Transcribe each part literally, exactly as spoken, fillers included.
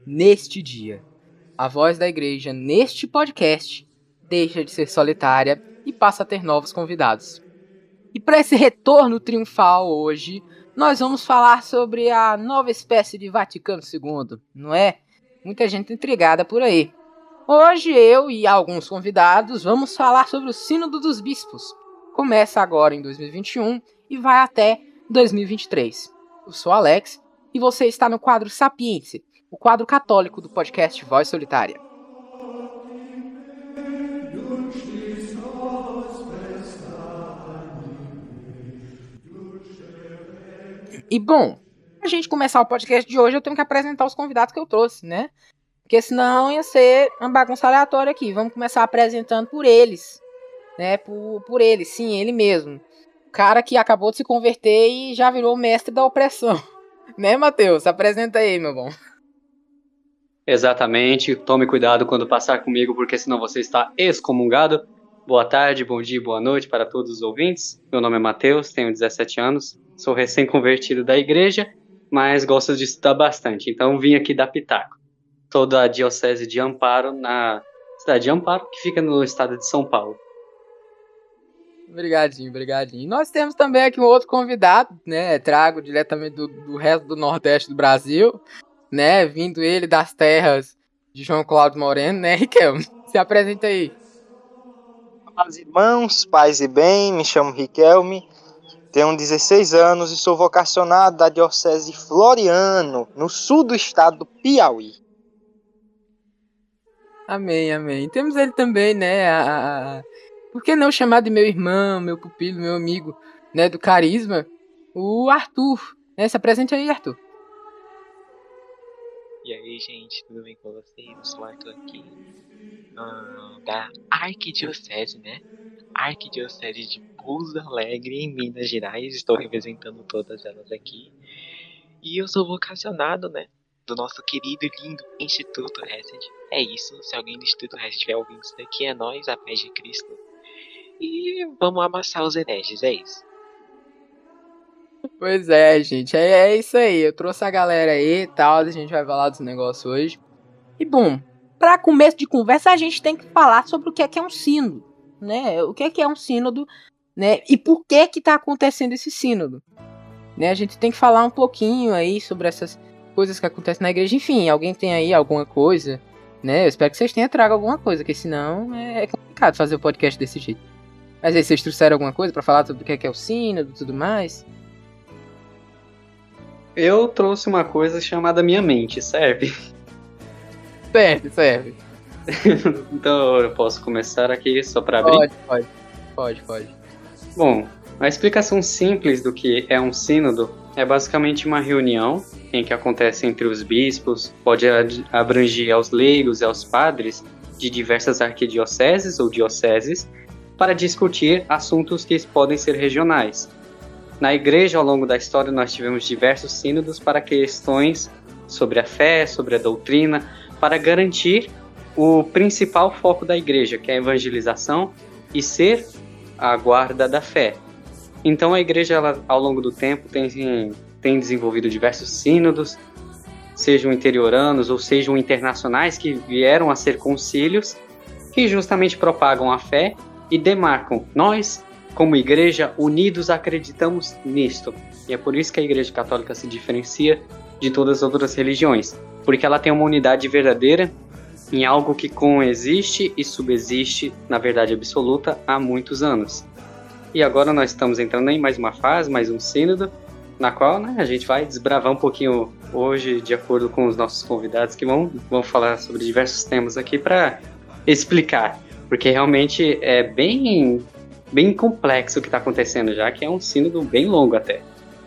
neste dia. A voz da igreja neste podcast deixa de ser solitária e passa a ter novos convidados. E para esse retorno triunfal hoje, nós vamos falar sobre a nova espécie de Vaticano segundo, não é? Muita gente intrigada por aí. Hoje eu e alguns convidados vamos falar sobre o Sínodo dos Bispos. Começa agora em dois mil e vinte e um e vai até dois mil e vinte e três. Eu sou Alex e você está no quadro Sapiência, o quadro católico do podcast Voz Solitária. E bom, pra gente começar o podcast de hoje, eu tenho que apresentar os convidados que eu trouxe, né? Porque senão ia ser uma bagunça aleatória aqui. Vamos começar apresentando por eles, né? Por, por ele, sim, ele mesmo. O cara que acabou de se converter e já virou mestre da opressão. Né, Matheus? Apresenta aí, meu bom. Exatamente. Tome cuidado quando passar comigo, porque senão você está excomungado. Boa tarde, bom dia, boa noite para todos os ouvintes. Meu nome é Matheus, tenho dezessete anos, sou recém-convertido da igreja, mas gosto de estudar bastante, então vim aqui dar pitaco. Sou da Diocese de Amparo, na cidade de Amparo, que fica no estado de São Paulo. Obrigadinho, obrigadinho. Nós temos também aqui um outro convidado, né? Trago diretamente do, do resto do Nordeste do Brasil, né? Vindo ele das terras de João Cláudio Moreno, né, Riquelme? Se apresenta aí. Olá, irmãos, paz e bem, me chamo Riquelme, tenho dezesseis anos e sou vocacionado da Diocese de Floriano, no sul do estado do Piauí. Amém, amém. Temos ele também, né? A, a, por que não chamar de meu irmão, meu pupilo, meu amigo, né? Do carisma, o Arthur. Né? Se apresente aí, Arthur. E aí, gente, tudo bem com vocês? Eu sou o Arthur aqui, uh, da Arquidiocese, né? Arquidiocese de Pouso Alegre, em Minas Gerais. Estou representando todas elas aqui. E eu sou vocacionado, né? Do nosso querido e lindo Instituto Hesed. É isso, se alguém do Instituto Hesed estiver ouvindo isso daqui, é nós, a paz de Cristo. E vamos amassar os hereges, é isso. Pois é, gente, é, é isso aí. Eu trouxe a galera aí e tal, a gente vai falar dos negócios hoje. E bom, para começo de conversa, a gente tem que falar sobre o que é que é um sínodo, né? O que é que é um sínodo, né? E por que que tá acontecendo esse sínodo, né? A gente tem que falar um pouquinho aí sobre essas coisas que acontecem na igreja. Enfim, alguém tem aí alguma coisa, né? Eu espero que vocês tenham trago alguma coisa, porque senão é complicado fazer o podcast desse jeito. Mas aí, vocês trouxeram alguma coisa para falar sobre o que é que é o sínodo e tudo mais? Eu trouxe uma coisa chamada minha mente, serve? Serve, serve. Então eu posso começar aqui só para abrir? Pode, pode, pode, pode. Bom, a explicação simples do que é um sínodo é basicamente uma reunião em que acontece entre os bispos, pode abranger aos leigos e aos padres de diversas arquidioceses ou dioceses para discutir assuntos que podem ser regionais. Na igreja, ao longo da história, nós tivemos diversos sínodos para questões sobre a fé, sobre a doutrina, para garantir o principal foco da igreja, que é a evangelização e ser a guarda da fé. Então a igreja, ela, ao longo do tempo, tem, tem desenvolvido diversos sínodos, sejam interioranos ou sejam internacionais, que vieram a ser concílios, que justamente propagam a fé e demarcam nós, como igreja, unidos acreditamos nisto. E é por isso que a Igreja Católica se diferencia de todas as outras religiões, porque ela tem uma unidade verdadeira em algo que coexiste e subsiste na verdade absoluta há muitos anos. E agora nós estamos entrando em mais uma fase, mais um sínodo, na qual, né, a gente vai desbravar um pouquinho hoje, de acordo com os nossos convidados, que vão, vão falar sobre diversos temas aqui para explicar, porque realmente é bem... bem complexo o que está acontecendo, já que é um sínodo bem longo até.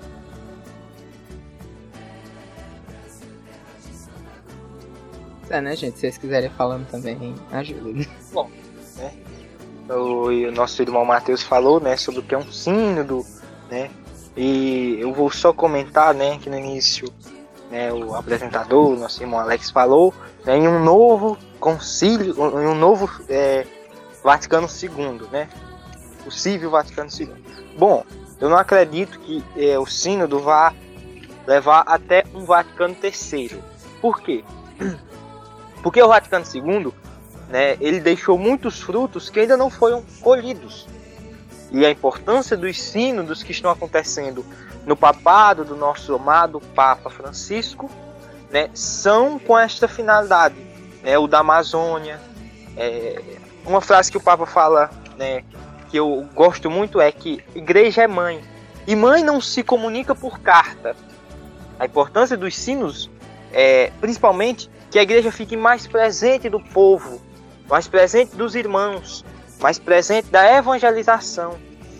É, né, gente? Se vocês quiserem falando também, ajuda. Bom, né? O, o nosso irmão Matheus falou, né, sobre o que é um sínodo, né? E eu vou só comentar, né, que no início, né, o apresentador, o nosso irmão Alex falou, né, em um novo concílio, em um novo é, Vaticano segundo, né? Possível Vaticano segundo. Bom, eu não acredito que é, o sínodo vá levar até um Vaticano terceiro. Por quê? Porque o Vaticano segundo, né, ele deixou muitos frutos que ainda não foram colhidos. E a importância dos sínodos que estão acontecendo no papado do nosso amado Papa Francisco, né, são com esta finalidade. Né, o da Amazônia, é, uma frase que o Papa fala, né, que eu gosto muito, é que igreja é mãe. E mãe não se comunica por carta. A importância dos sínodos é principalmente que a igreja fique mais presente do povo, mais presente dos irmãos, mais presente da evangelização.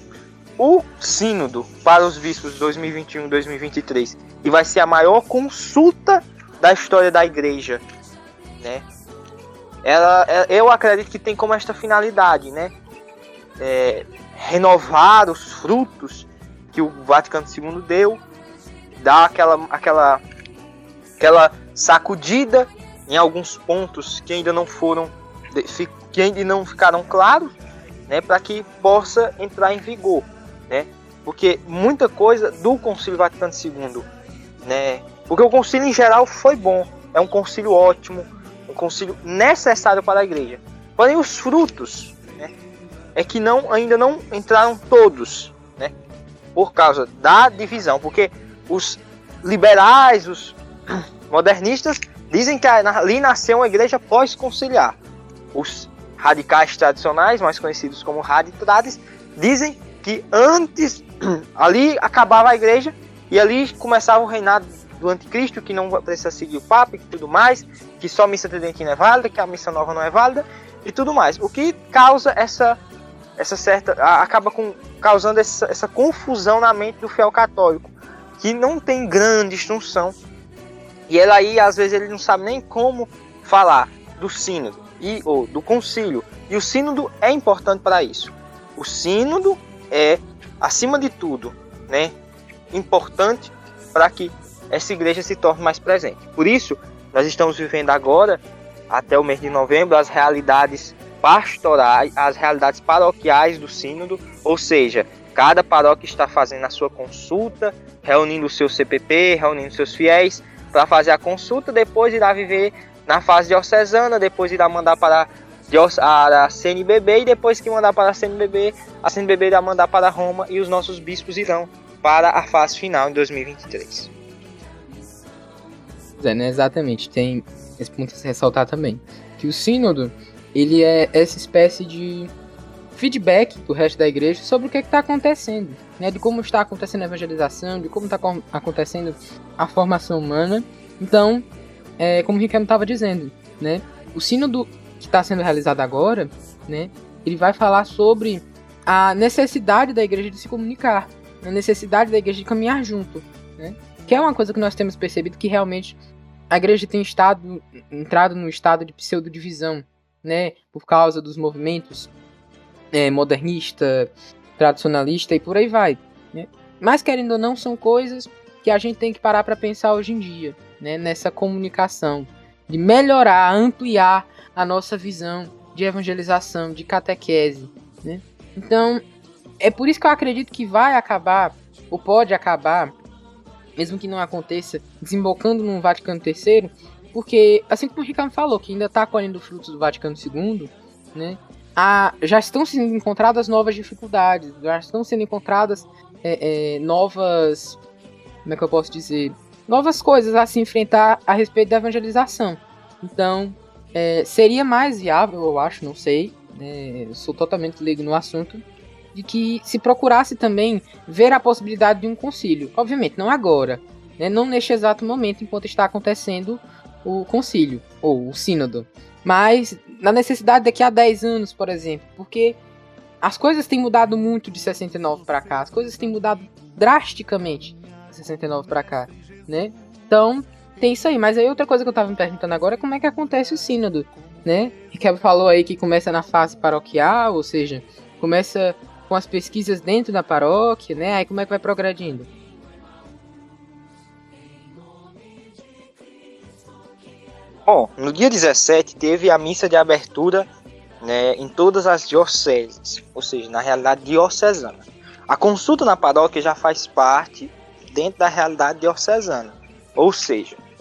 O sínodo para os bispos de dois mil e vinte e um e dois mil e vinte e três, e vai ser a maior consulta da história da igreja, né? Ela, eu acredito que tem como esta finalidade, né? É, renovar os frutos que o Vaticano segundo deu, dar aquela, aquela, aquela sacudida em alguns pontos que ainda não foram, que ainda não ficaram claros, né, para que possa entrar em vigor, né? Porque muita coisa do Concílio Vaticano segundo, né? Porque o concílio em geral foi bom, é um concílio ótimo, um concílio necessário para a igreja. Porém os frutos, né, é que não, ainda não entraram todos, né, por causa da divisão, porque os liberais, os modernistas dizem que ali nasceu uma igreja pós-conciliar. Os radicais tradicionais, mais conhecidos como raditrades, dizem que antes ali acabava a igreja e ali começava o reinado do anticristo, que não precisa seguir o Papa e tudo mais, que só a missa tridentina é válida, que a missa nova não é válida e tudo mais. O que causa essa, essa certa... acaba com, causando essa, essa confusão na mente do fiel católico, que não tem grande instrução. E ele aí, às vezes, ele não sabe nem como falar do sínodo e, ou do concílio. E o sínodo é importante para isso. O sínodo é, acima de tudo, né, importante para que essa igreja se torne mais presente. Por isso, nós estamos vivendo agora, até o mês de novembro, as realidades pastorais, as realidades paroquiais do sínodo, ou seja, cada paróquia está fazendo a sua consulta, reunindo o seu C P P, reunindo seus fiéis, para fazer a consulta, depois irá viver na fase diocesana, depois irá mandar para a C N B B, e depois que mandar para a C N B B, a C N B B irá mandar para Roma, e os nossos bispos irão para a fase final em dois mil e vinte e três. É, né, exatamente, tem esse ponto a se ressaltar também, que o sínodo, ele é essa espécie de feedback do resto da igreja sobre o que está acontecendo, né, de como está acontecendo a evangelização, de como está acontecendo a formação humana. Então, é, como o Ricardo estava dizendo, né, o sínodo que está sendo realizado agora, né, ele vai falar sobre a necessidade da igreja de se comunicar, a necessidade da igreja de caminhar junto, né, que é uma coisa que nós temos percebido, que realmente a igreja tem estado, entrado num estado de pseudo-divisão, né, por causa dos movimentos é, modernista, tradicionalista e por aí vai, né? Mas, querendo ou não, são coisas que a gente tem que parar para pensar hoje em dia, né, nessa comunicação, de melhorar, ampliar a nossa visão de evangelização, de catequese, né? Então, é por isso que eu acredito que vai acabar, ou pode acabar, mesmo que não aconteça, desembocando no Vaticano terceiro, porque, assim como o Ricardo falou, que ainda está colhendo frutos do Vaticano segundo, né, a, já estão sendo encontradas novas dificuldades, já estão sendo encontradas é, é, novas, como é que eu posso dizer, novas coisas a se enfrentar a respeito da evangelização. Então, é, seria mais viável, eu acho, não sei, né, eu sou totalmente leigo no assunto, de que se procurasse também ver a possibilidade de um concílio. Obviamente, não agora, né? Não neste exato momento, enquanto está acontecendo o concílio, ou o sínodo. Mas na necessidade daqui a dez anos, por exemplo. Porque as coisas têm mudado muito de sessenta e nove para cá. As coisas têm mudado drasticamente de sessenta e nove para cá, né? Então, tem isso aí. Mas aí outra coisa que eu estava me perguntando agora é como é que acontece o sínodo, né? Ricardo falou aí que começa na fase paroquial, ou seja, começa com as pesquisas dentro da paróquia, né? Aí como é que vai progredindo? Bom, no dia dezessete teve a missa de abertura, né, em todas as dioceses, ou seja, na realidade diocesana. A consulta na paróquia já faz parte dentro da realidade diocesana, ou seja,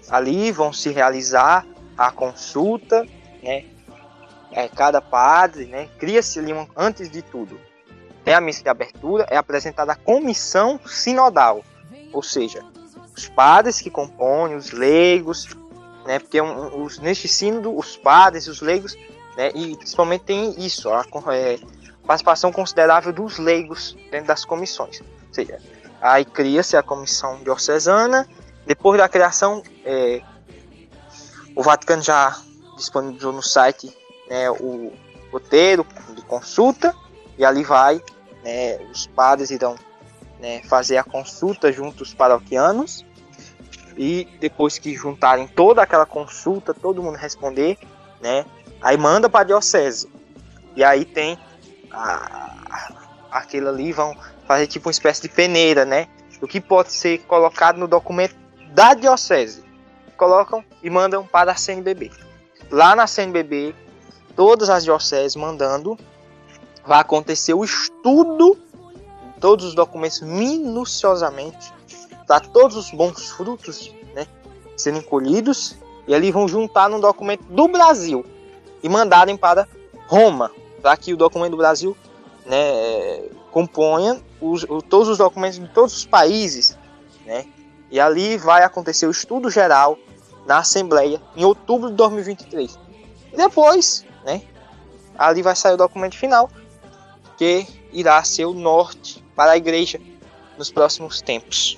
ali vão se realizar a consulta, né? É, cada padre, né? Cria-se ali, um, antes de tudo, tem a missa de abertura, é apresentada a comissão sinodal, ou seja, os padres que compõem, os leigos, né? Porque um, os, neste sínodo, os padres, os leigos, né? E principalmente tem isso, a é, participação considerável dos leigos dentro das comissões. Ou seja, aí cria-se a comissão diocesana. Depois da criação, é, o Vaticano já disponibilizou no site, né, o roteiro de consulta, e ali vai, né, os padres irão, né, fazer a consulta junto aos paroquianos, e depois que juntarem toda aquela consulta, todo mundo responder, né, aí manda para a diocese, e aí tem a, aquilo ali, vão fazer tipo uma espécie de peneira, né, do que pode ser colocado no documento da diocese, colocam e mandam para a C N B B. Lá na C N B B, todas as dioceses mandando, vai acontecer o estudo de todos os documentos minuciosamente, para todos os bons frutos, né, serem colhidos, e ali vão juntar num documento do Brasil e mandarem para Roma, para que o documento do Brasil, né, componha os, todos os documentos de todos os países, né, e ali vai acontecer o estudo geral na Assembleia em outubro de dois mil e vinte e três. E depois, né, ali vai sair o documento final, que irá ser o norte para a igreja nos próximos tempos.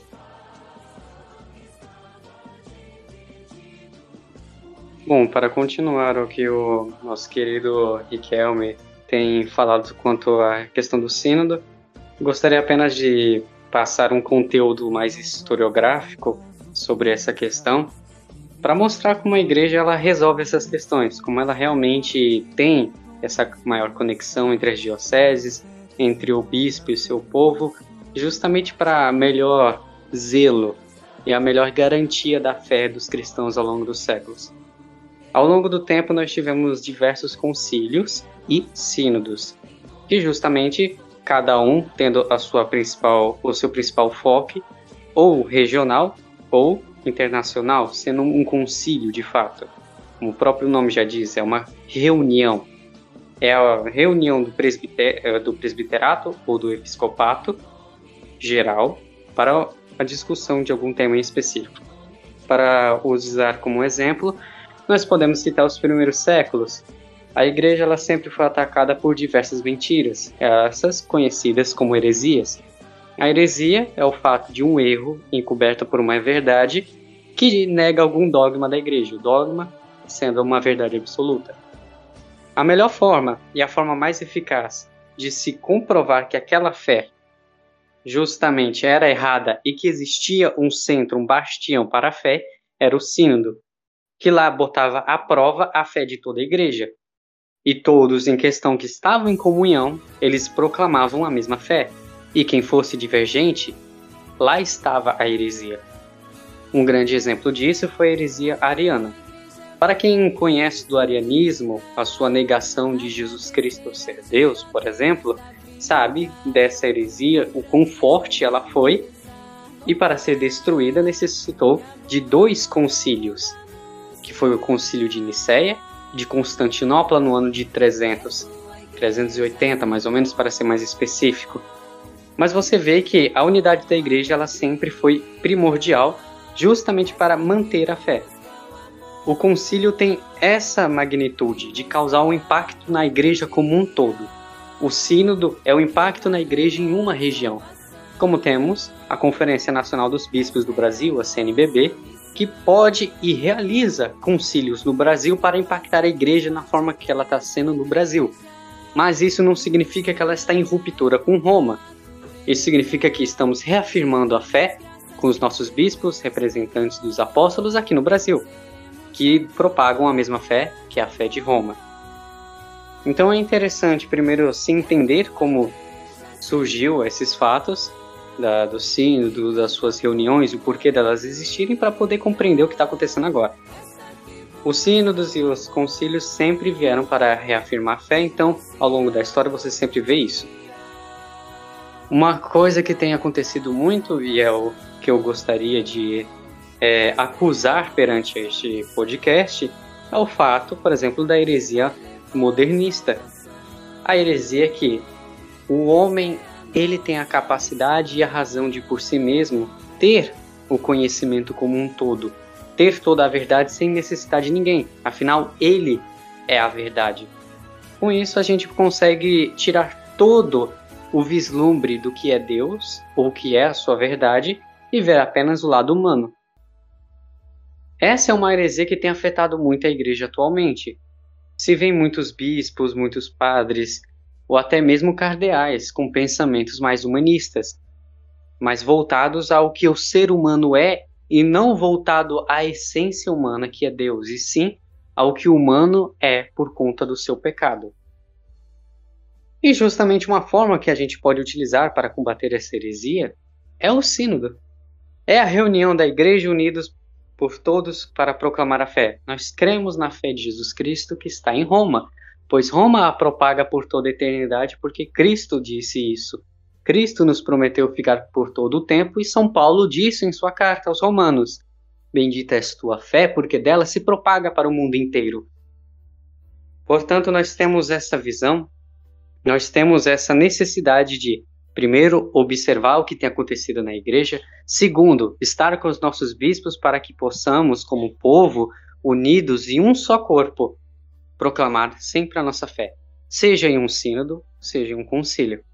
Bom, para continuar o que o nosso querido Riquelme tem falado quanto à questão do sínodo, gostaria apenas de passar um conteúdo mais historiográfico sobre essa questão, para mostrar como a igreja ela resolve essas questões, como ela realmente tem essa maior conexão entre as dioceses, entre o bispo e o seu povo, justamente para melhor zelo e a melhor garantia da fé dos cristãos ao longo dos séculos. Ao longo do tempo nós tivemos diversos concílios e sínodos, que justamente cada um tendo a sua principal, o seu principal foco, ou regional ou internacional, sendo um concílio de fato. Como o próprio nome já diz, é uma reunião. É a reunião do, presbiter, do presbiterato ou do episcopato geral para a discussão de algum tema em específico. Para usar como exemplo, nós podemos citar os primeiros séculos. A igreja ela sempre foi atacada por diversas mentiras, essas conhecidas como heresias. A heresia é o fato de um erro encoberto por uma verdade que nega algum dogma da igreja, o dogma sendo uma verdade absoluta. A melhor forma e a forma mais eficaz de se comprovar que aquela fé justamente era errada e que existia um centro, um bastião para a fé, era o sínodo, que lá botava à prova a fé de toda a igreja. E todos em questão que estavam em comunhão, eles proclamavam a mesma fé. E quem fosse divergente, lá estava a heresia. Um grande exemplo disso foi a heresia ariana. Para quem conhece do arianismo, a sua negação de Jesus Cristo ser Deus, por exemplo, sabe dessa heresia, o quão forte ela foi, e para ser destruída necessitou de dois concílios, que foi o concílio de Nicéia, de Constantinopla no ano de trezentos, trezentos e oitenta, mais ou menos, para ser mais específico. Mas você vê que a unidade da igreja ela sempre foi primordial, justamente para manter a fé. O concílio tem essa magnitude de causar um impacto na igreja como um todo. O sínodo é o impacto na igreja em uma região. Como temos a Conferência Nacional dos Bispos do Brasil, a C N B B, que pode e realiza concílios no Brasil para impactar a igreja na forma que ela está sendo no Brasil. Mas isso não significa que ela está em ruptura com Roma. Isso significa que estamos reafirmando a fé com os nossos bispos, representantes dos apóstolos aqui no Brasil, que propagam a mesma fé, que é a fé de Roma. Então é interessante primeiro se entender como surgiu esses fatos, Da, do sínodo, das suas reuniões e o porquê delas existirem para poder compreender o que está acontecendo agora. Os sínodos e os concílios sempre vieram para reafirmar a fé, então ao longo da história você sempre vê isso. Uma coisa que tem acontecido muito e é o que eu gostaria de é, acusar perante este podcast é o fato, por exemplo, da heresia modernista. A heresia é que o homem ele tem a capacidade e a razão de por si mesmo ter o conhecimento como um todo, ter toda a verdade sem necessidade de ninguém. Afinal, ele é a verdade. Com isso, a gente consegue tirar todo o vislumbre do que é Deus, ou o que é a sua verdade, e ver apenas o lado humano. Essa é uma heresia que tem afetado muito a igreja atualmente. Se vê muitos bispos, muitos padres, ou até mesmo cardeais, com pensamentos mais humanistas, mais voltados ao que o ser humano é, e não voltado à essência humana, que é Deus, e sim ao que o humano é por conta do seu pecado. E justamente uma forma que a gente pode utilizar para combater essa heresia é o sínodo. É a reunião da igreja unidos por todos para proclamar a fé. Nós cremos na fé de Jesus Cristo que está em Roma, pois Roma a propaga por toda a eternidade, porque Cristo disse isso. Cristo nos prometeu ficar por todo o tempo, e São Paulo disse em sua carta aos Romanos: bendita és tua fé, porque dela se propaga para o mundo inteiro. Portanto, nós temos essa visão, nós temos essa necessidade de, primeiro, observar o que tem acontecido na igreja. Segundo, estar com os nossos bispos para que possamos, como povo, unidos em um só corpo, proclamar sempre a nossa fé, seja em um sínodo, seja em um concílio.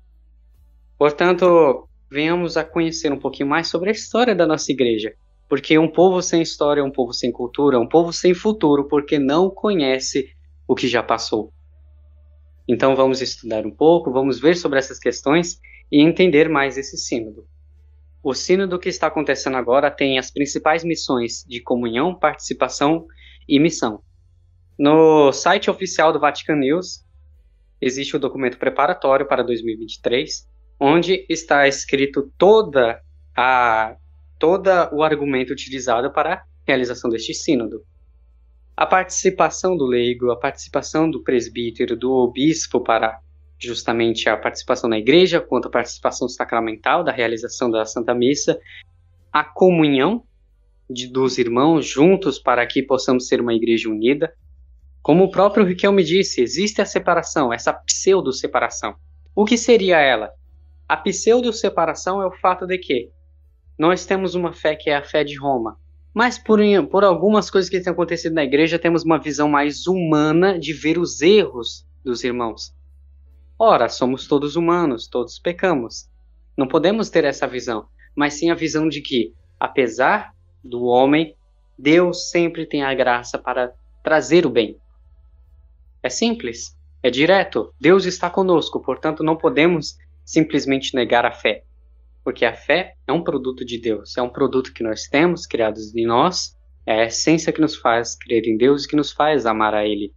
Portanto, venhamos a conhecer um pouquinho mais sobre a história da nossa igreja, porque um povo sem história é um povo sem cultura, um povo sem futuro, porque não conhece o que já passou. Então vamos estudar um pouco, vamos ver sobre essas questões e entender mais esse sínodo. O sínodo que está acontecendo agora tem as principais missões de comunhão, participação e missão. No site oficial do Vatican News existe o documento preparatório para dois mil e vinte e três, onde está escrito toda a, toda o argumento utilizado para a realização deste sínodo. A participação do leigo, a participação do presbítero, do bispo para justamente a participação na igreja, quanto à participação sacramental da realização da Santa Missa, a comunhão de, dos irmãos juntos para que possamos ser uma igreja unida. Como o próprio Riquelme disse, existe a separação, essa pseudo-separação. O que seria ela? A pseudo-separação é o fato de que nós temos uma fé que é a fé de Roma, mas por, por algumas coisas que têm acontecido na igreja, temos uma visão mais humana de ver os erros dos irmãos. Ora, somos todos humanos, todos pecamos. Não podemos ter essa visão, mas sim a visão de que, apesar do homem, Deus sempre tem a graça para trazer o bem. É simples, é direto. Deus está conosco, portanto não podemos simplesmente negar a fé. Porque a fé é um produto de Deus, é um produto que nós temos, criados em nós, é a essência que nos faz crer em Deus e que nos faz amar a Ele.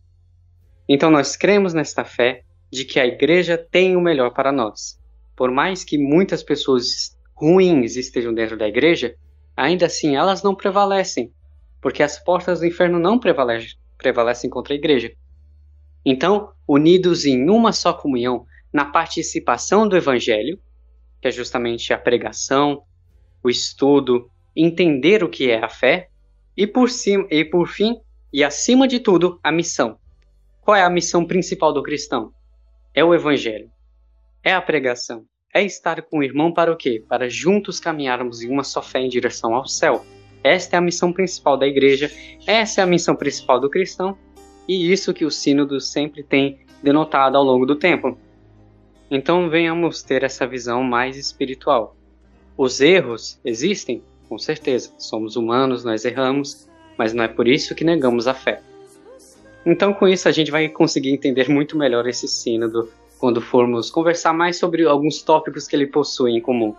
Então nós cremos nesta fé de que a igreja tem o melhor para nós. Por mais que muitas pessoas ruins estejam dentro da igreja, ainda assim elas não prevalecem, porque as portas do inferno não prevalecem, prevalecem contra a igreja. Então, unidos em uma só comunhão, na participação do Evangelho, que é justamente a pregação, o estudo, entender o que é a fé, e por, cima, e por fim, e acima de tudo, a missão. Qual é a missão principal do cristão? É o Evangelho, é a pregação, é estar com o irmão para o quê? Para juntos caminharmos em uma só fé em direção ao céu. Esta é a missão principal da igreja, essa é a missão principal do cristão, e isso que o sínodo sempre tem denotado ao longo do tempo. Então venhamos ter essa visão mais espiritual. Os erros existem? Com certeza. Somos humanos, nós erramos, mas não é por isso que negamos a fé. Então com isso a gente vai conseguir entender muito melhor esse sínodo quando formos conversar mais sobre alguns tópicos que ele possui em comum.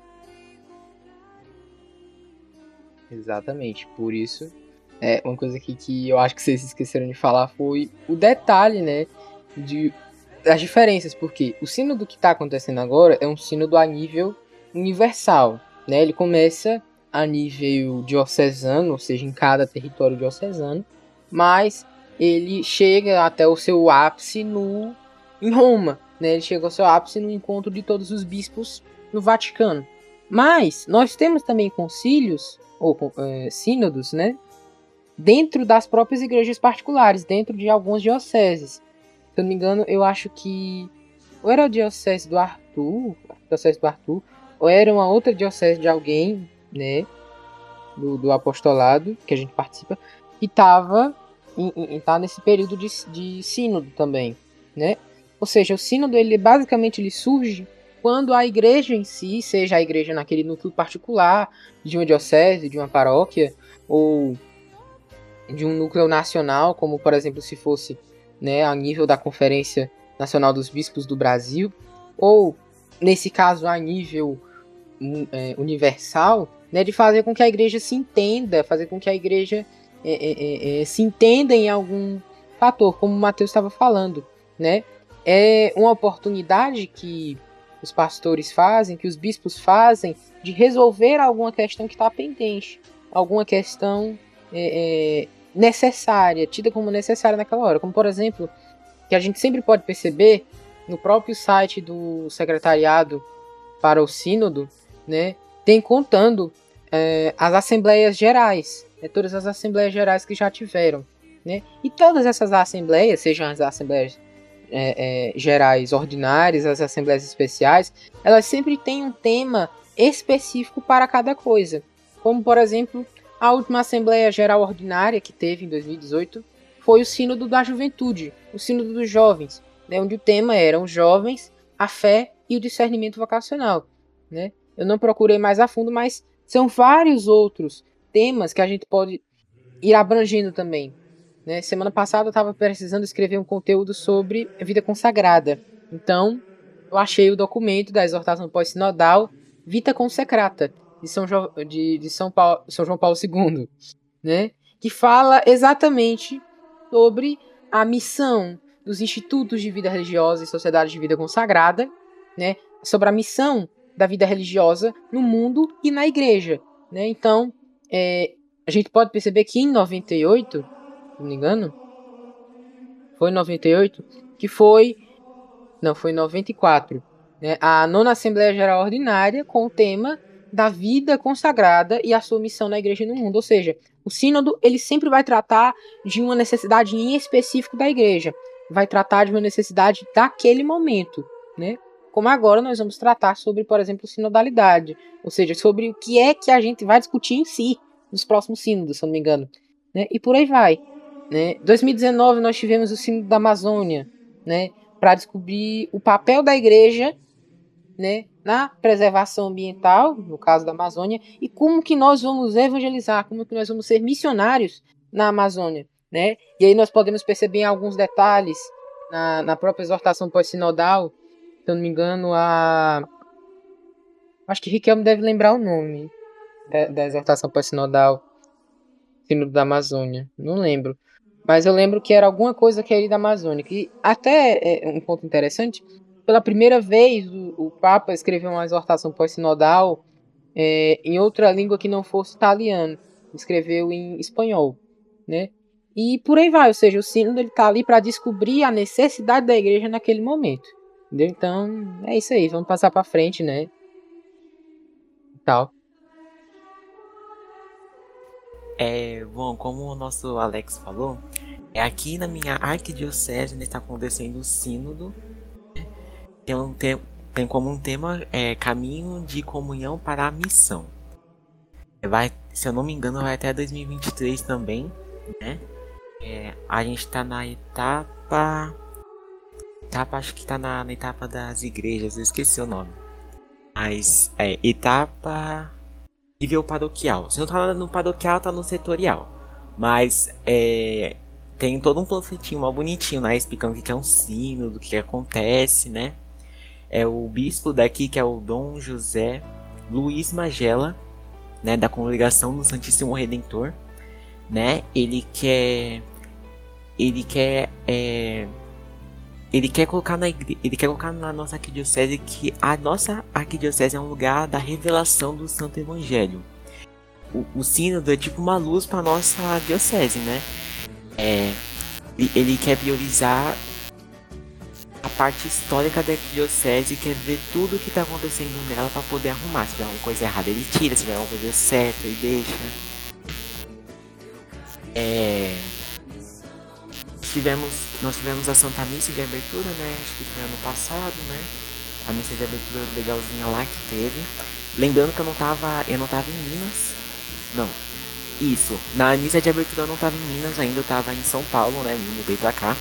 Exatamente, por isso, é, uma coisa aqui que eu acho que vocês esqueceram de falar foi o detalhe, né, de as diferenças, porque o sínodo que está acontecendo agora é um sínodo a nível universal, né? Ele começa a nível diocesano, ou seja, em cada território diocesano, mas ele chega até o seu ápice no, em Roma, né? Ele chega ao seu ápice no encontro de todos os bispos no Vaticano. Mas nós temos também concílios ou é, sínodos, né, dentro das próprias igrejas particulares, dentro de algumas dioceses. Se eu não me engano, eu acho que ou era a diocese do Arthur, a diocese do Arthur, ou era uma outra diocese de alguém, né, do, do apostolado que a gente participa, que estava tá nesse período de, de sínodo também, né? Ou seja, o sínodo, ele basicamente ele surge quando a igreja em si, seja a igreja naquele núcleo particular de uma diocese, de uma paróquia, ou de um núcleo nacional, como por exemplo se fosse, né, a nível da Conferência Nacional dos Bispos do Brasil, ou nesse caso a nível é, universal, né, de fazer com que a igreja se entenda, fazer com que a igreja é, é, é, se entenda em algum fator, como o Mateus estava falando, né? É uma oportunidade que os pastores fazem, que os bispos fazem, de resolver alguma questão que está pendente, alguma questão é, é, necessária, tida como necessária naquela hora, como por exemplo, que a gente sempre pode perceber no próprio site do Secretariado para o Sínodo, né, tem contando é, as Assembleias Gerais, né, todas as Assembleias Gerais que já tiveram, né, e todas essas Assembleias, sejam as Assembleias é, é, Gerais ordinárias, as Assembleias Especiais, elas sempre têm um tema específico para cada coisa, como por exemplo, a última Assembleia Geral Ordinária que teve em dois mil e dezoito foi o Sínodo da Juventude, o Sínodo dos Jovens, né, onde o tema eram os jovens, a fé e o discernimento vocacional, né? Eu não procurei mais a fundo, mas são vários outros temas que a gente pode ir abrangendo também, né? Semana passada eu estava precisando escrever um conteúdo sobre vida consagrada, então eu achei o documento da exortação pós-sinodal Vita Consecrata, de São, jo- de, de São, Paulo, São João Paulo segundo, né? Que fala exatamente sobre a missão dos institutos de vida religiosa e sociedades de vida consagrada, né? Sobre a missão da vida religiosa no mundo e na igreja, né? Então, é, a gente pode perceber que em noventa e oito, se não me engano, foi em noventa e oito, que foi, não, foi em noventa e quatro, né? A nona Assembleia Geral Ordinária com o tema da vida consagrada e a sua missão na igreja e no mundo, ou seja, o sínodo ele sempre vai tratar de uma necessidade em específico da igreja, vai tratar de uma necessidade daquele momento, né? Como agora nós vamos tratar sobre, por exemplo, sinodalidade, ou seja, sobre o que é que a gente vai discutir em si nos próximos sínodos, se eu não me engano, né? E por aí vai, né? dois mil e dezenove nós tivemos o sínodo da Amazônia, né? Para descobrir o papel da igreja, né, na preservação ambiental, no caso da Amazônia, e como que nós vamos evangelizar, como que nós vamos ser missionários na Amazônia, né? E aí nós podemos perceber alguns detalhes na, na própria exortação pós-sinodal, se eu não me engano, a... acho que Riquelme deve lembrar o nome da, da exortação pós-sinodal, Sínodo da Amazônia, não lembro. Mas eu lembro que era alguma coisa que era da Amazônia, que até é um ponto interessante. Pela primeira vez, o, o Papa escreveu uma exortação pós-sinodal é, em outra língua que não fosse italiano. Escreveu em espanhol, né? E por aí vai, ou seja, o sínodo está ali para descobrir a necessidade da igreja naquele momento. Entendeu? Então, é isso aí. Vamos passar para frente, né? E tal. É, bom, como o nosso Alex falou, é aqui na minha arquidiocese está acontecendo o sínodo. Tem, um te- tem como um tema é, caminho de comunhão para a missão. Vai, se eu não me engano, vai até dois mil e vinte e três também, né? É, a gente está na etapa, etapa acho que está na, na etapa das igrejas, eu esqueci o nome. Mas é etapa nível paroquial. Se não tá no paroquial, tá no setorial. Mas é, tem todo um panfletinho mal bonitinho, né? Explicando o que é um sínodo, do que acontece, né? É o bispo daqui, que é o Dom José Luiz Magela, né, da Congregação do Santíssimo Redentor, né? Ele quer, ele quer, é, ele quer colocar na igre... ele quer colocar na nossa arquidiocese que a nossa arquidiocese é um lugar da revelação do Santo Evangelho. O, o sínodo é tipo uma luz para nossa diocese, né? É, ele quer priorizar a parte histórica da arquidiocese, quer ver tudo que tá acontecendo nela pra poder arrumar. Se tiver alguma coisa errada, ele tira. Se tiver alguma coisa certa, ele deixa. É... Tivemos, nós tivemos a Santa Missa de abertura, né? Acho que foi ano passado, né? A missa de abertura legalzinha lá que teve. Lembrando que eu não tava. Eu não tava em Minas. Não. Isso. Na missa de abertura eu não tava em Minas ainda, eu tava em São Paulo, né? Me mudei pra cá.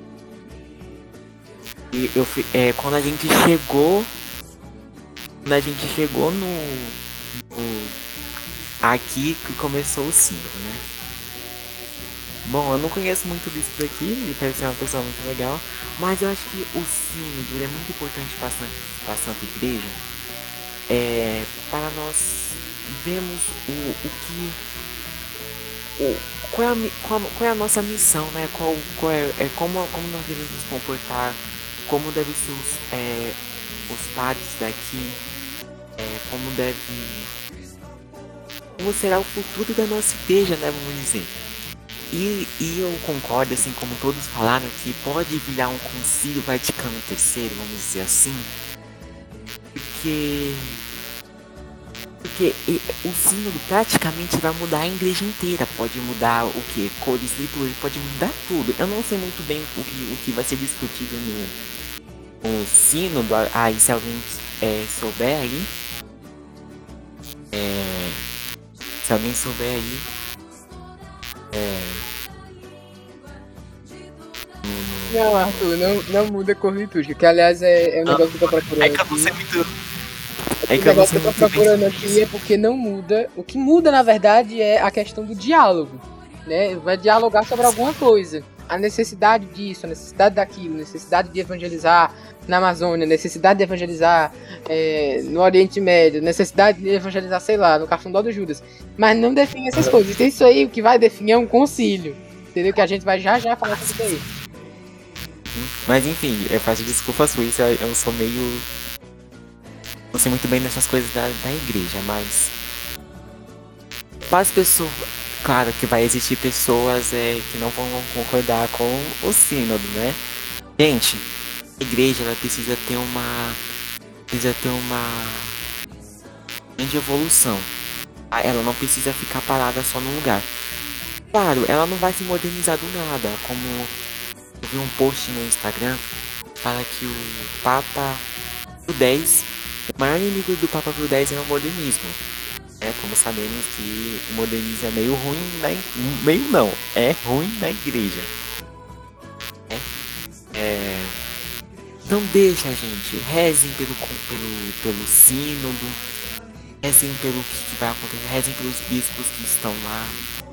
E eu fui. É, quando a gente chegou. Quando a gente chegou no. no aqui que começou o sino, né? Bom, eu não conheço muito disso daqui, ele parece ser uma pessoa muito legal, mas eu acho que o sínodo é muito importante para a Santa Igreja, é, para nós vermos o, o que, o, qual, é a, qual, qual é a nossa missão, né? Qual, qual é, é como, como nós devemos nos comportar, como devem ser os, é, os padres daqui, é, como deve, como será o futuro da nossa igreja, né? Vamos dizer. E, e eu concordo, assim como todos falaram, que pode virar um concílio Vaticano terceiro, vamos dizer assim, porque porque e, o sínodo praticamente vai mudar a igreja inteira, pode mudar o que? Cores litúrgicas, pode mudar tudo. Eu não sei muito bem o que, o que vai ser discutido no, no sínodo, aí se alguém é, souber aí, é, se alguém souber aí, É... Não, Arthur, não, não muda a cor litúrgica, que aliás é, é um negócio que eu tô procurando É que eu aqui. não sei muito. O É que eu não negócio sei que eu tô muito procurando bem. aqui é porque não muda. O que muda, na verdade, é a questão do diálogo, né? Vai dialogar sobre alguma coisa. A necessidade disso, a necessidade daquilo, a necessidade de evangelizar na Amazônia, necessidade de evangelizar é, no Oriente Médio, necessidade de evangelizar, sei lá, no Cafundó do Judas. Mas não define essas coisas. Então, isso aí, o que vai definir é um concílio. Entendeu? Que a gente vai já já falar sobre isso aí. Mas enfim, eu faço desculpas por isso, eu, eu sou meio. Não sei muito bem dessas coisas da, da igreja, mas. Para as pessoas. Claro que vai existir pessoas é, que não vão concordar com o sínodo, né? Gente, a igreja ela precisa ter uma. Precisa ter uma. grande evolução. Ela não precisa ficar parada só num lugar. Claro, ela não vai se modernizar do nada, como eu vi um post no Instagram fala que o Papa Pio X, o maior inimigo do Papa Pio X é o modernismo. É, como sabemos que o modernismo é meio ruim na meio não, é ruim na igreja. É, é... Não deixa, gente, rezem pelo pelo pelo sínodo, rezem pelo que vai acontecer, rezem pelos bispos que estão lá.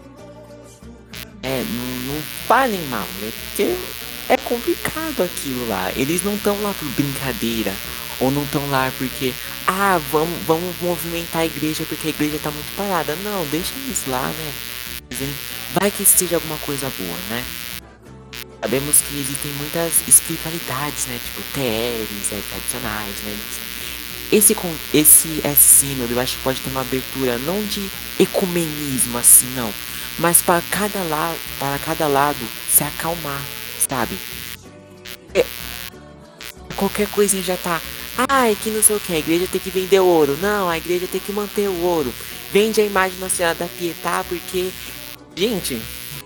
É, não, não falem mal, né? Porque é complicado aquilo lá. Eles não estão lá por brincadeira. Ou não estão lá porque, ah, vamos, vamos movimentar a igreja porque a igreja tá muito parada. Não, deixa eles lá, né? Vai que seja alguma coisa boa, né? Sabemos que existem muitas espiritualidades, né? Tipo, T Ls, é, tradicionais, né? Esse, esse, esse sínodo, eu acho que pode ter uma abertura não de ecumenismo, assim, não. Mas para cada lado, para cada lado se acalmar, sabe? É, qualquer coisinha já tá. Ai, que não sei o que, a igreja tem que vender ouro. Não, a igreja tem que manter o ouro. Vende a imagem da Senhora da Pietà porque, gente,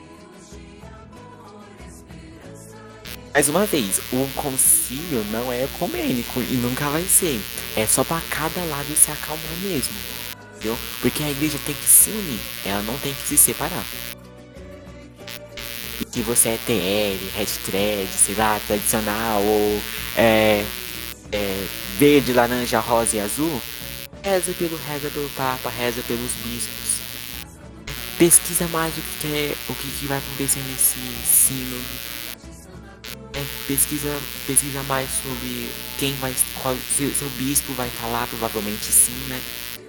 mais uma vez, o concílio não é ecumênico e nunca vai ser. É só para cada lado se acalmar mesmo. Entendeu? Porque a igreja tem que se unir, ela não tem que se separar. E se você é T L, hashtag, sei lá, tradicional, ou é, é, verde, laranja, rosa e azul, reza pelo reza pelo Papa, reza pelos bispos. Pesquisa mais o que, é, o que, que vai acontecer nesse sínodo. É, pesquisa, pesquisa mais sobre quem vai, qual, seu, seu bispo vai estar lá, provavelmente sim, né?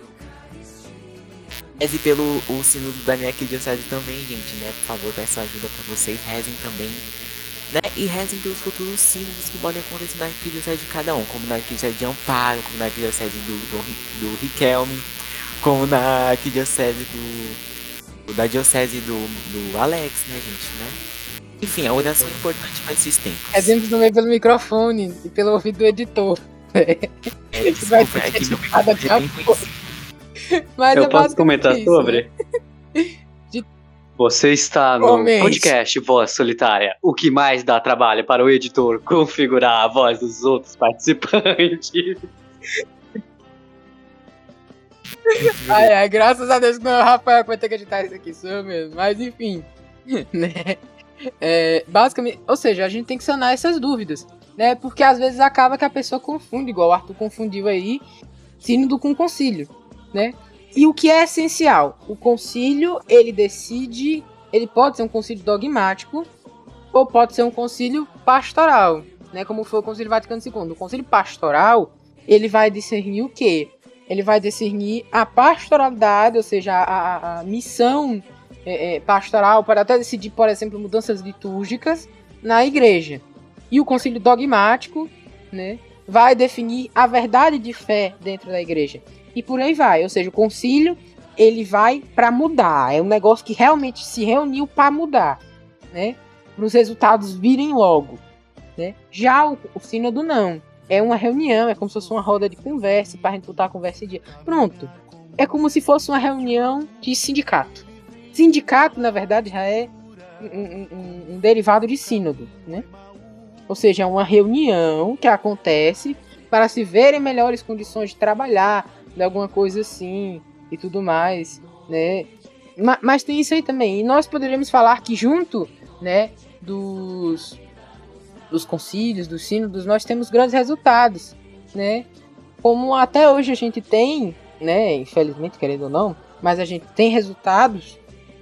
Reze pelo o sínodo da minha arquidiocese também, gente, né? Por favor, peço ajuda pra vocês, rezem também, né? E rezem pelos futuros sínodos que podem acontecer na arquidiocese de cada um, como na arquidiocese de Amparo, como na arquidiocese do, do, do Riquelme, como na arquidiocese do, da diocese do, do Alex, né, gente, né? Enfim, a oração é importante para esses tempos. Exemplos também pelo microfone e pelo ouvido do editor. É, Vai desculpa, é ter que meu editada microfone é bem de conhecido. Mas Eu é posso basicamente comentar isso, sobre? né? De- Você está no Comente. podcast Voz Solitária, o que mais dá trabalho para o editor configurar a voz dos outros participantes. Ai, ai, graças a Deus que não é o Rafael que vai ter que editar isso aqui, sou eu mesmo. Mas enfim, né? É, basicamente, ou seja, a gente tem que sanar essas dúvidas, né? Porque às vezes acaba que a pessoa confunde, igual o Arthur confundiu aí, sínodo com concílio, né? E o que é essencial? O concílio, ele decide, ele pode ser um concílio dogmático ou pode ser um concílio pastoral, né? Como foi o Concílio Vaticano segundo. O concílio pastoral, ele vai discernir o quê? Ele vai discernir a pastoralidade, ou seja, a, a, a missão é, é, pastoral, para até decidir, por exemplo, mudanças litúrgicas na igreja. E o concílio dogmático, né, vai definir a verdade de fé dentro da igreja. E por aí vai, ou seja, o concílio, ele vai para mudar, é um negócio que realmente se reuniu para mudar, né, para os resultados virem logo, né. Já o, o sínodo não, é uma reunião, é como se fosse uma roda de conversa, para a gente botar a conversa em dia. Pronto, é como se fosse uma reunião de sindicato. Sindicato, na verdade, já é um, um, um derivado de sínodo, né? Ou seja, é uma reunião que acontece para se verem melhores condições de trabalhar, de alguma coisa assim, e tudo mais, né? Mas, mas tem isso aí também. E nós poderíamos falar que junto, né, dos, dos concílios, dos sínodos, nós temos grandes resultados, né? Como até hoje a gente tem, né, infelizmente, querendo ou não, mas a gente tem resultados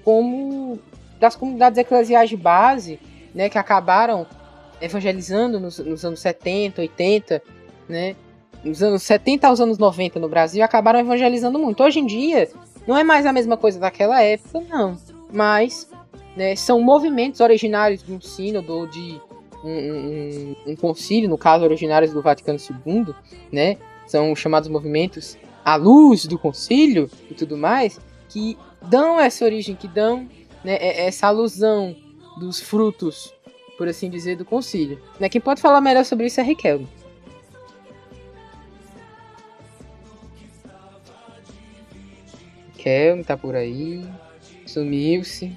como das comunidades eclesiais de base, né, que acabaram evangelizando nos, nos anos setenta, oitenta, né, nos anos setenta aos anos noventa no Brasil, acabaram evangelizando muito. Hoje em dia, não é mais a mesma coisa daquela época, não, mas, né, são movimentos originários de um sínodo ou de um, um, um concílio, no caso, originários do Vaticano segundo, né, são chamados movimentos à luz do concílio e tudo mais, que dão essa origem, que dão, né, essa alusão dos frutos, por assim dizer, do concílio. Né? Quem pode falar melhor sobre isso é Riquelme. Riquelme tá por aí, sumiu-se.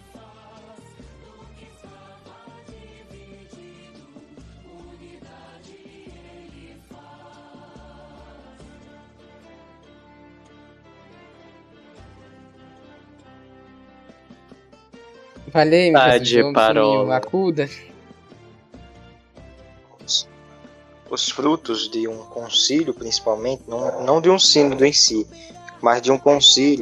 Valeu, Tá meu de Jesus, parola. sumiu, acuda. Os, os frutos de um concílio, principalmente, não, não de um sínodo em si, mas de um concílio,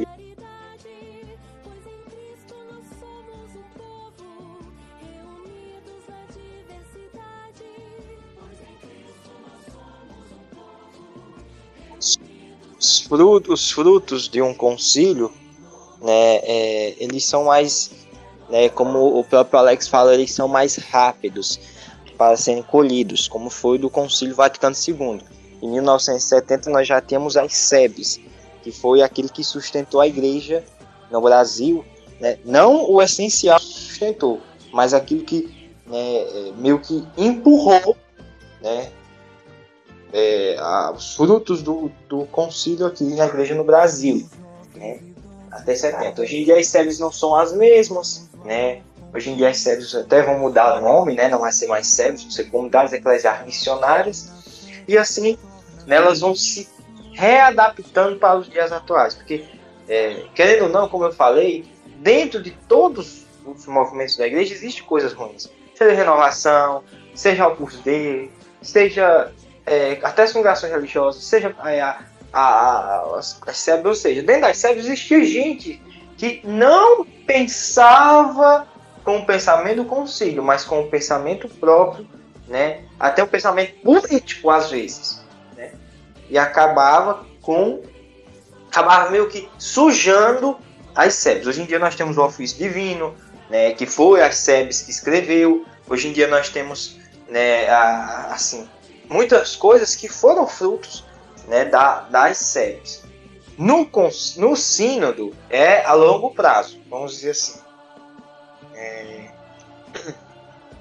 os frutos, os frutos de um concílio, né, é, eles são mais, né, como o próprio Alex fala, eles são mais rápidos para serem colhidos, como foi do Concílio Vaticano segundo. Em mil novecentos e setenta nós já temos as S E Bs, que foi aquele que sustentou a igreja no Brasil, né, não o essencial que sustentou, mas aquilo que, né, meio que empurrou, né, é, a, os frutos do, do concílio aqui na igreja no Brasil, né, até setenta. Hoje em dia as S E Bs não são as mesmas, né? Hoje em dia as S E Bs até vão mudar o nome, né? Não vai ser mais S E Bs, vão ser comunidades eclesiais missionárias, e assim, né, elas vão se readaptando para os dias atuais, porque, é, querendo ou não, como eu falei, dentro de todos os movimentos da igreja existem coisas ruins, seja renovação, seja Opus Dei, seja é, até as congregações religiosas, seja é, a, a, a, as, as S E Bs, ou seja, dentro das S E Bs existia gente que não pensava com o pensamento do concílio, mas com o pensamento próprio, né? Até o pensamento político às vezes, né? E acabava com acabava meio que sujando as S E Bs. Hoje em dia nós temos o ofício divino, né, que foi as S E Bs que escreveu. Hoje em dia nós temos, né, a, assim, muitas coisas que foram frutos, né, da, das S E Bs. No, no sínodo é a longo prazo, vamos dizer assim. É...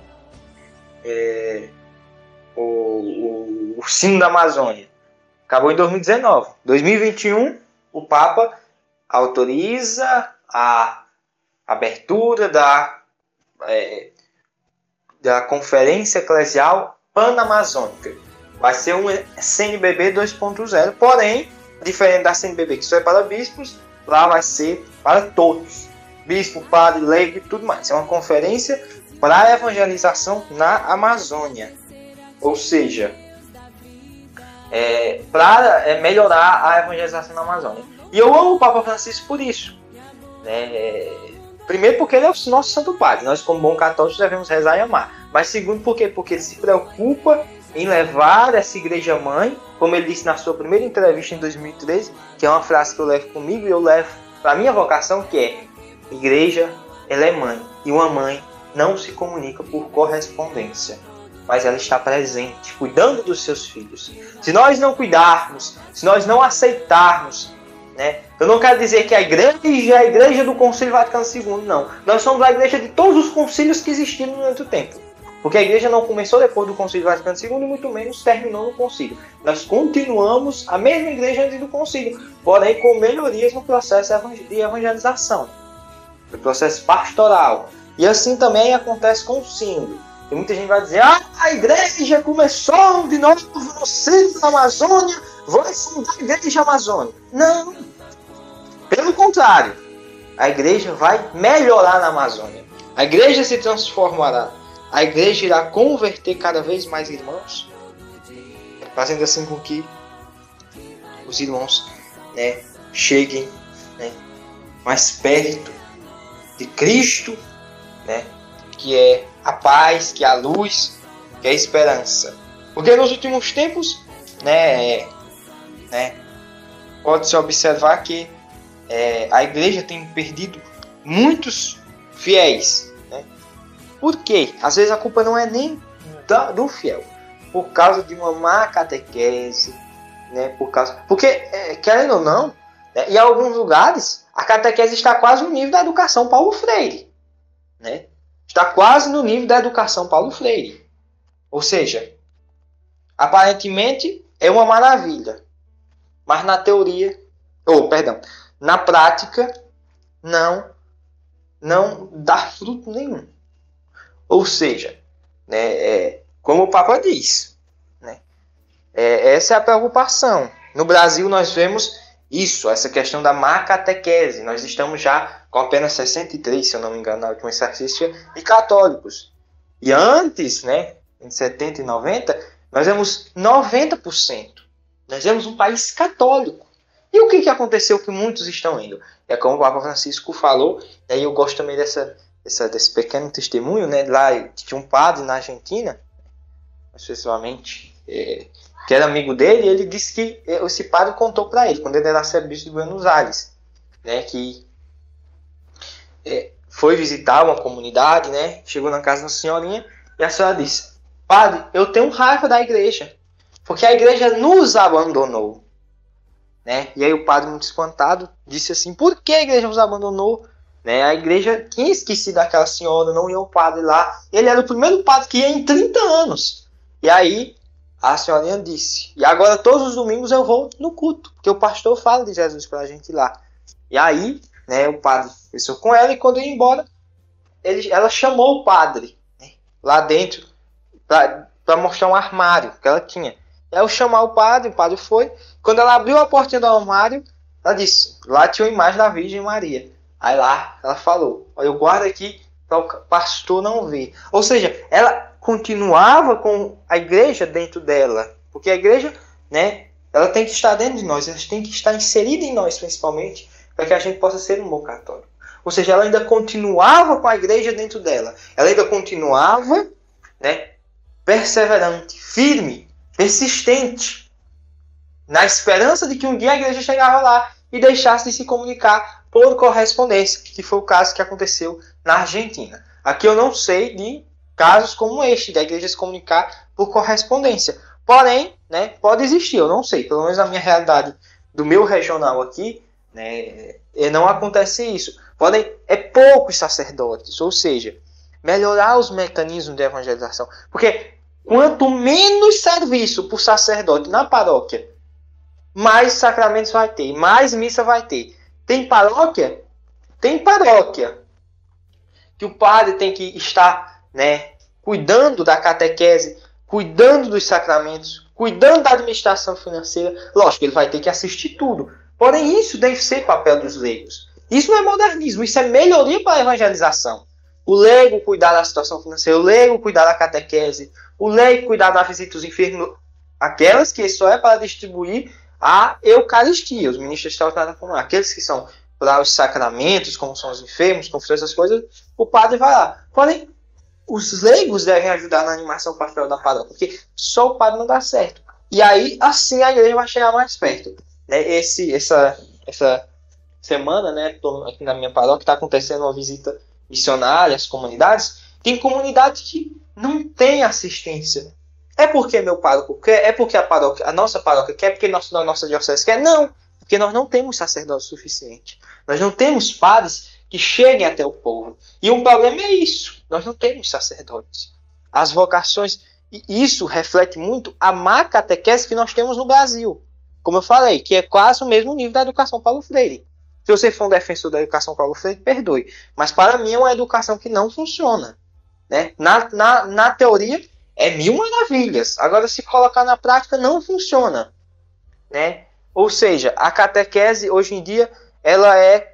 é, o, o, o sino da Amazônia. Acabou em dois mil e dezenove. dois mil e vinte e um, o Papa autoriza a abertura da, é, da Conferência Eclesial Panamazônica. Vai ser um C N B B dois ponto zero, porém, diferente da C N B B que só é para bispos, lá vai ser para todos. Bispo, padre, leigo e tudo mais. É uma conferência para evangelização na Amazônia. Ou seja, é, para é, melhorar a evangelização na Amazônia. E eu amo o Papa Francisco por isso. Né? Primeiro porque ele é o nosso Santo Padre. Nós, como bons católicos, devemos rezar e amar. Mas segundo, por quê? Porque ele se preocupa em levar essa igreja mãe, como ele disse na sua primeira entrevista em dois mil e treze, que é uma frase que eu levo comigo e eu levo para a minha vocação, que é: igreja, ela é mãe. E uma mãe não se comunica por correspondência, mas ela está presente, cuidando dos seus filhos. Se nós não cuidarmos, se nós não aceitarmos, né? Eu não quero dizer que a igreja é a igreja do Concílio Vaticano segundo, não. Nós somos a igreja de todos os concílios que existiram durante o tempo. Porque a igreja não começou depois do Concílio Vaticano segundo e muito menos terminou no concílio. Nós continuamos a mesma igreja antes do concílio, porém com melhorias no processo de evangelização, no processo pastoral. E assim também acontece com o sínodo. E muita gente vai dizer: ah, a igreja começou de novo no centro da Amazônia, vai fundar a igreja amazônica. Não. Pelo contrário, a igreja vai melhorar na Amazônia. A igreja se transformará. A igreja irá converter cada vez mais irmãos, fazendo assim com que os irmãos, né, cheguem, né, mais perto de Cristo, né, que é a paz, que é a luz, que é a esperança. Porque nos últimos tempos, né, né, pode-se observar que é, a igreja tem perdido muitos fiéis. Né? Por quê? Às vezes a culpa não é nem da, do fiel, por causa de uma má catequese, né, por causa, porque, é, querendo ou não, né, em alguns lugares a catequese está quase no nível da educação Paulo Freire. Né? Está quase no nível da educação Paulo Freire. Ou seja, aparentemente é uma maravilha, mas na teoria, ou perdão, na prática não não dá fruto nenhum. Ou seja, né, é, como o Papa diz, né, é, essa é a preocupação. No Brasil nós vemos isso, essa questão da má catequese. Nós estamos já com apenas sessenta e três, se eu não me engano, na última estatística, de católicos. E antes, né, em setenta e noventa, nós vemos noventa por cento. Nós vemos um país católico. E o que, que aconteceu que muitos estão indo? É como o Papa Francisco falou, e aí eu gosto também dessa, dessa, desse pequeno testemunho, né? Lá tinha um padre na Argentina, especialmente, é, que era amigo dele, e ele disse que esse padre contou para ele, quando ele era arcebispo de Buenos Aires, né, que é, foi visitar uma comunidade, né, chegou na casa da senhorinha, e a senhora disse: padre, eu tenho raiva da igreja, porque a igreja nos abandonou. Né? E aí o padre, muito espantado, disse assim: por que a igreja nos abandonou? Né? A igreja tinha esquecido daquela senhora, não ia o padre lá. Ele era o primeiro padre que ia em trinta anos. E aí a senhorinha disse: e agora todos os domingos eu vou no culto, porque o pastor fala de Jesus para a gente ir lá. E aí, né, o padre pensou com ela, e quando ia embora, ele, ela chamou o padre, né, lá dentro para mostrar um armário que ela tinha. E aí eu chamar o padre, o padre foi. Quando ela abriu a portinha do armário, ela disse: lá tinha uma imagem da Virgem Maria. Aí lá ela falou: olha, eu guardo aqui para o pastor não ver. Ou seja, ela continuava com a igreja dentro dela, porque a igreja, né, ela tem que estar dentro de nós, ela tem que estar inserida em nós, principalmente, para que a gente possa ser um bom católico. Ou seja, ela ainda continuava com a igreja dentro dela, ela ainda continuava, né, perseverante, firme, persistente, na esperança de que um dia a igreja chegava lá e deixasse de se comunicar por correspondência, que foi o caso que aconteceu na Argentina. Aqui eu não sei de casos como este, da igreja se comunicar por correspondência. Porém, né, pode existir, eu não sei. Pelo menos na minha realidade do meu regional aqui, né, não acontece isso. Porém, é poucos sacerdotes, ou seja, melhorar os mecanismos de evangelização. Porque quanto menos serviço por sacerdote na paróquia, mais sacramentos vai ter, mais missa vai ter. Tem paróquia? Tem paróquia que o padre tem que estar, né, cuidando da catequese, cuidando dos sacramentos, cuidando da administração financeira. Lógico, ele vai ter que assistir tudo. Porém, isso deve ser papel dos leigos. Isso não é modernismo, isso é melhoria para a evangelização. O leigo cuidar da situação financeira, o leigo cuidar da catequese, o leigo cuidar da visita aos enfermos, aquelas que só é para distribuir a Eucaristia, os ministros extraordinários, aqueles que são para os sacramentos, como são os enfermos, como são essas coisas, o padre vai lá. Porém, os leigos devem ajudar na animação pastoral da paróquia, porque só o padre não dá certo. E aí, assim, a igreja vai chegar mais perto. Né? Esse, essa, essa semana, né, tô aqui na minha paróquia, está acontecendo uma visita missionária às comunidades. Tem comunidades que não tem assistência. É porque meu pároco quer? É porque a, paróquia, a nossa paróquia quer? Porque nossa, a nossa diocese quer? Não, porque nós não temos sacerdote suficiente. Nós não temos padres que cheguem até o povo. E o problema é isso. Nós não temos sacerdotes. As vocações, e isso reflete muito a má catequese que nós temos no Brasil. Como eu falei, que é quase o mesmo nível da educação Paulo Freire. Se você for um defensor da educação Paulo Freire, perdoe. Mas para mim é uma educação que não funciona. Né? Na, na, na teoria é mil maravilhas. Agora, se colocar na prática, não funciona. Né? Ou seja, a catequese hoje em dia, ela é...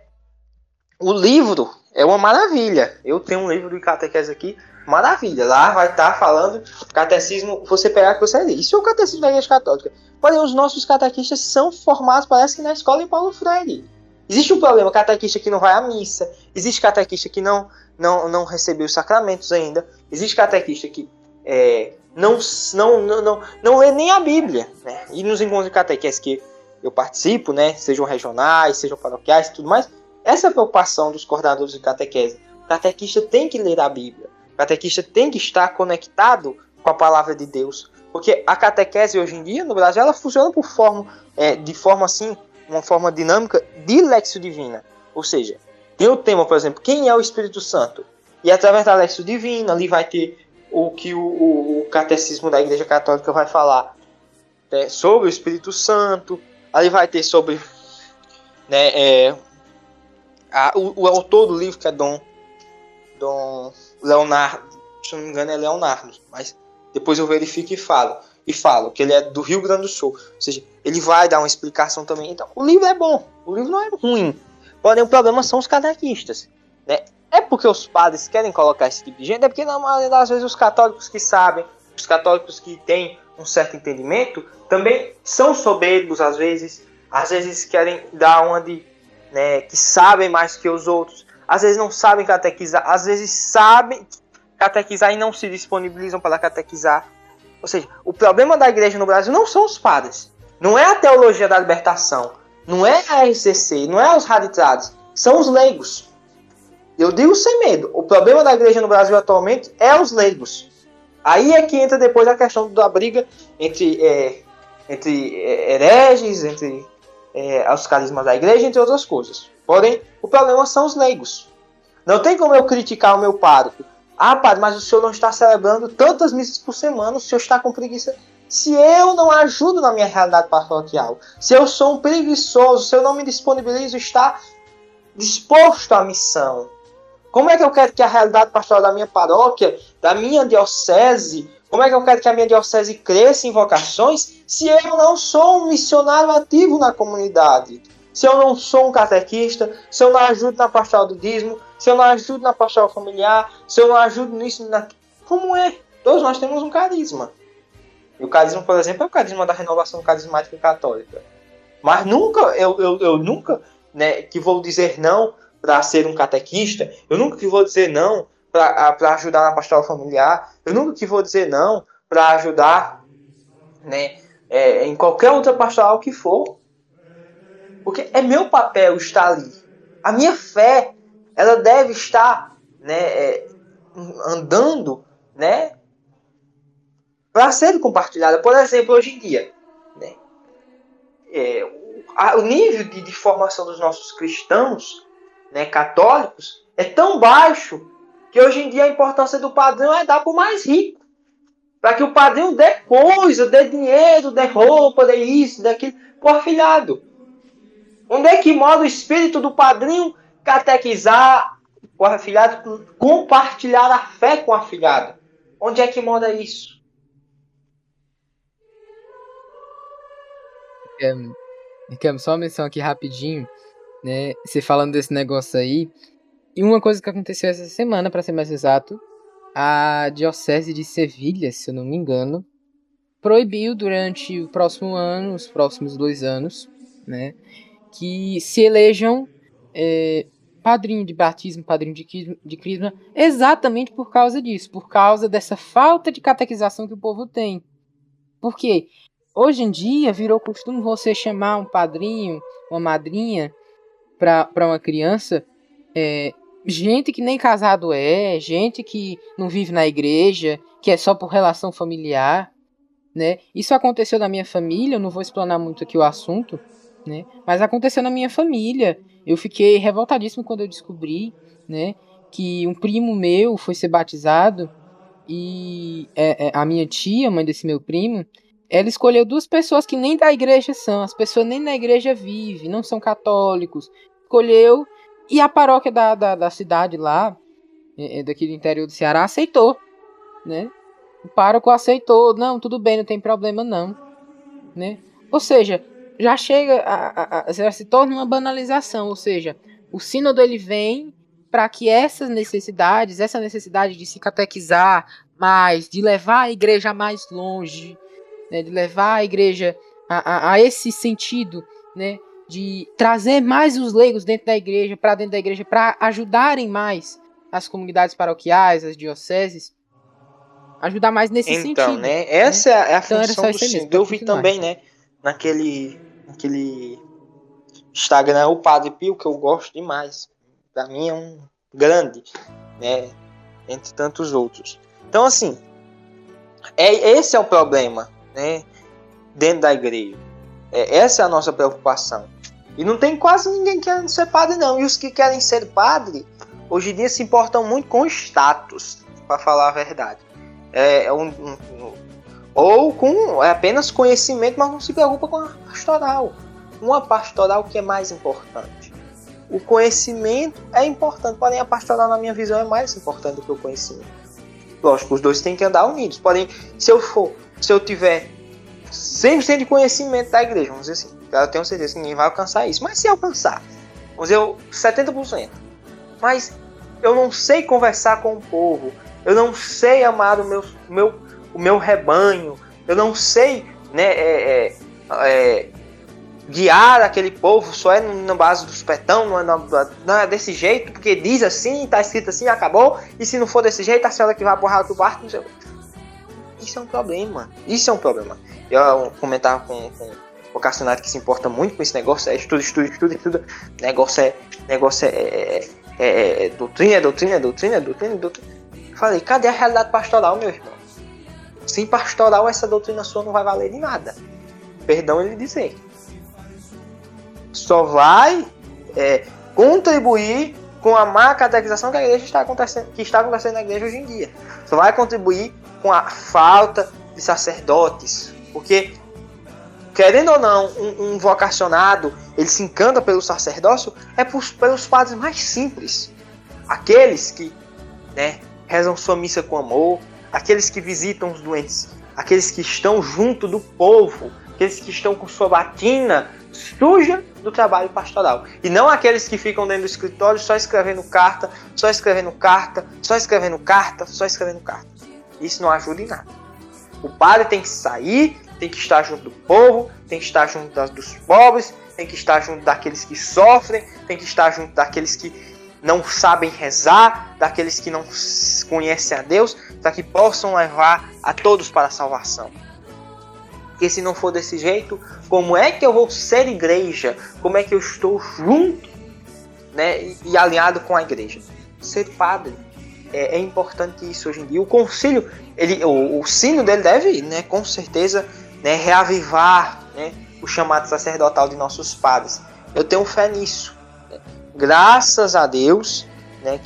O livro é uma maravilha. Eu tenho um livro de catequese aqui, maravilha. Lá vai estar falando catecismo, você pegar que você lê. Isso é o catecismo da Igreja Católica. Porém, os nossos catequistas são formados, parece que na escola em Paulo Freire. Existe um problema, catequista que não vai à missa. Existe catequista que não, não, não recebeu os sacramentos ainda. Existe catequista que é, não, não, não, não, não lê nem a Bíblia. Né? E nos encontros de catequese que eu participo, né, sejam regionais, sejam paroquiais e tudo mais, essa é a preocupação dos coordenadores de catequese. O catequista tem que ler a Bíblia. O catequista tem que estar conectado com a palavra de Deus. Porque a catequese hoje em dia, no Brasil, ela funciona por forma, é, de forma assim, uma forma dinâmica de Lexio Divina. Ou seja, tem o tema, por exemplo, quem é o Espírito Santo? E através da Lexio Divina, ali vai ter o que o, o, o catecismo da Igreja Católica vai falar, né, sobre o Espírito Santo. Ali vai ter sobre... Né, é, a, o, o autor do livro, que é Dom, Dom Leonardo, se eu não me engano é Leonardo, mas depois eu verifico e falo. E falo que ele é do Rio Grande do Sul. Ou seja, ele vai dar uma explicação também. Então, o livro é bom. O livro não é ruim. Porém, o problema são os catequistas. Né? É porque os padres querem colocar esse tipo de gente. É porque, na maioria das vezes, os católicos que sabem, os católicos que têm um certo entendimento, também são soberbos, às vezes. Às vezes querem dar uma de... Né, que sabem mais que os outros. Às vezes não sabem catequizar. Às vezes sabem catequizar e não se disponibilizam para catequizar. Ou seja, o problema da igreja no Brasil não são os padres. Não é a teologia da libertação. Não é a R C C. Não é os radicados. São os leigos. Eu digo sem medo. O problema da igreja no Brasil atualmente é os leigos. Aí é que entra depois a questão da briga entre, é, entre é, hereges, entre é, os carismas da igreja, entre outras coisas. Porém, o problema são os leigos. Não tem como eu criticar o meu pároco. Ah, padre, mas o senhor não está celebrando tantas missas por semana, o senhor está com preguiça. Se eu não ajudo na minha realidade paroquial, se eu sou um preguiçoso, se eu não me disponibilizo, estar disposto à missão, como é que eu quero que a realidade pastoral da minha paróquia, da minha diocese, como é que eu quero que a minha diocese cresça em vocações, se eu não sou um missionário ativo na comunidade? Se eu não sou um catequista, se eu não ajudo na pastoral do dízimo, se eu não ajudo na pastoral familiar, se eu não ajudo nisso, na... como é? Todos nós temos um carisma. E o carisma, por exemplo, é o carisma da renovação carismática católica. Mas nunca, eu, eu, eu nunca, né, que vou dizer não para ser um catequista, eu nunca que vou dizer não para ajudar na pastoral familiar, eu nunca que vou dizer não para ajudar, né, é, em qualquer outra pastoral que for. Porque é meu papel estar ali. A minha fé, ela deve estar, né, é, andando, né, para ser compartilhada. Por exemplo, hoje em dia, né, é, o, o nível de, de formação dos nossos cristãos, né, católicos, é tão baixo que hoje em dia a importância do padrinho é dar para o mais rico. Para que o padrinho dê coisa, dê dinheiro, dê roupa, dê isso, dê aquilo, para o afilhado. Onde é que mora o espírito do padrinho? Catequizar o afilhado, compartilhar a fé com o afilhado. Onde é que mora isso? É, só uma menção aqui rapidinho, né? Você falando desse negócio aí. E uma coisa que aconteceu essa semana, para ser mais exato, a Diocese de Sevilha, se eu não me engano, proibiu durante o próximo ano, os próximos dois anos, né, que se elejam é, padrinho de batismo, padrinho de, de crisma, exatamente por causa disso, por causa dessa falta de catequização que o povo tem. Por quê? Hoje em dia virou costume você chamar um padrinho, uma madrinha para uma criança, é, gente que nem casado é, gente que não vive na igreja, que é só por relação familiar, né? Isso aconteceu na minha família, eu não vou explanar muito aqui o assunto, né? Mas aconteceu na minha família. Eu fiquei revoltadíssimo quando eu descobri, né, que um primo meu foi ser batizado e é, é, a minha tia, mãe desse meu primo, ela escolheu duas pessoas que nem da igreja são, as pessoas nem na igreja vivem, não são católicos, escolheu. E a paróquia da, da, da cidade lá, é, daqui do interior do Ceará, aceitou, né? O pároco aceitou, não, tudo bem, não tem problema não, né? Ou seja, já chega, a, a, a, já se torna uma banalização, ou seja, o sínodo ele vem para que essas necessidades, essa necessidade de se catequizar mais, de levar a igreja mais longe, né? De levar a igreja a, a, a esse sentido, né? De trazer mais os leigos dentro da igreja, para dentro da igreja, para ajudarem mais as comunidades paroquiais, as dioceses, ajudar mais nesse então, sentido. Então, né, essa né? é a então, função do sínodo. Eu vi também, né, naquele, naquele Instagram, o Padre Pio, que eu gosto demais. Para mim é um grande, né, entre tantos outros. Então, assim, é, esse é o problema, né, dentro da igreja. É, essa é a nossa preocupação. E não tem quase ninguém querendo ser padre, não. E os que querem ser padre, hoje em dia se importam muito com status, para falar a verdade. É um, um, um, ou com é apenas conhecimento, mas não se preocupa com a pastoral. Uma pastoral que é mais importante. O conhecimento é importante, porém a pastoral, na minha visão, é mais importante do que o conhecimento. Lógico, os dois têm que andar unidos. Porém, se eu for, se eu tiver cem por cento de conhecimento da igreja, vamos dizer assim, eu tenho certeza que ninguém vai alcançar isso, mas se alcançar, vamos dizer, setenta por cento, mas eu não sei conversar com o povo, eu não sei amar o meu, o meu, o meu rebanho, eu não sei, né, é, é, é, guiar aquele povo, só é na base do supetão, não é, na, não é desse jeito, porque diz assim, está escrito assim, acabou, e se não for desse jeito, a senhora que vai porrar do barco, não sei. Isso é um problema, isso é um problema. Eu comentava com, com o Castanhari, que se importa muito com esse negócio, é estudo, estudo, estudo, estudo, negócio é, negócio é, é, é, é doutrina, é doutrina, é doutrina, é doutrina, é doutrina. Eu falei, cadê a realidade pastoral, meu irmão? Sem pastoral, essa doutrina sua não vai valer de nada. Perdão ele dizer. Só vai é, contribuir com a má catequização que a igreja está acontecendo, que está acontecendo na igreja hoje em dia. Só vai contribuir com a falta de sacerdotes. Porque, querendo ou não, um, um vocacionado, ele se encanta pelo sacerdócio, é por, pelos padres mais simples. Aqueles que, né, rezam sua missa com amor, aqueles que visitam os doentes, aqueles que estão junto do povo, aqueles que estão com sua batina suja do trabalho pastoral. E não aqueles que ficam dentro do escritório só escrevendo carta, só escrevendo carta, só escrevendo carta, só escrevendo carta. Isso não ajuda em nada. O padre tem que sair, tem que estar junto do povo, tem que estar junto das, dos pobres, tem que estar junto daqueles que sofrem, tem que estar junto daqueles que não sabem rezar, daqueles que não conhecem a Deus, para que possam levar a todos para a salvação. Porque se não for desse jeito, como é que eu vou ser igreja? Como é que eu estou junto, né, e, e alinhado com a igreja? Ser padre. É, é importante isso hoje em dia. O concílio, ele, o, o sino dele deve ir, né, com certeza, né, reavivar, né, o chamado sacerdotal de nossos padres. Eu tenho fé nisso. Né? Graças a Deus, né, que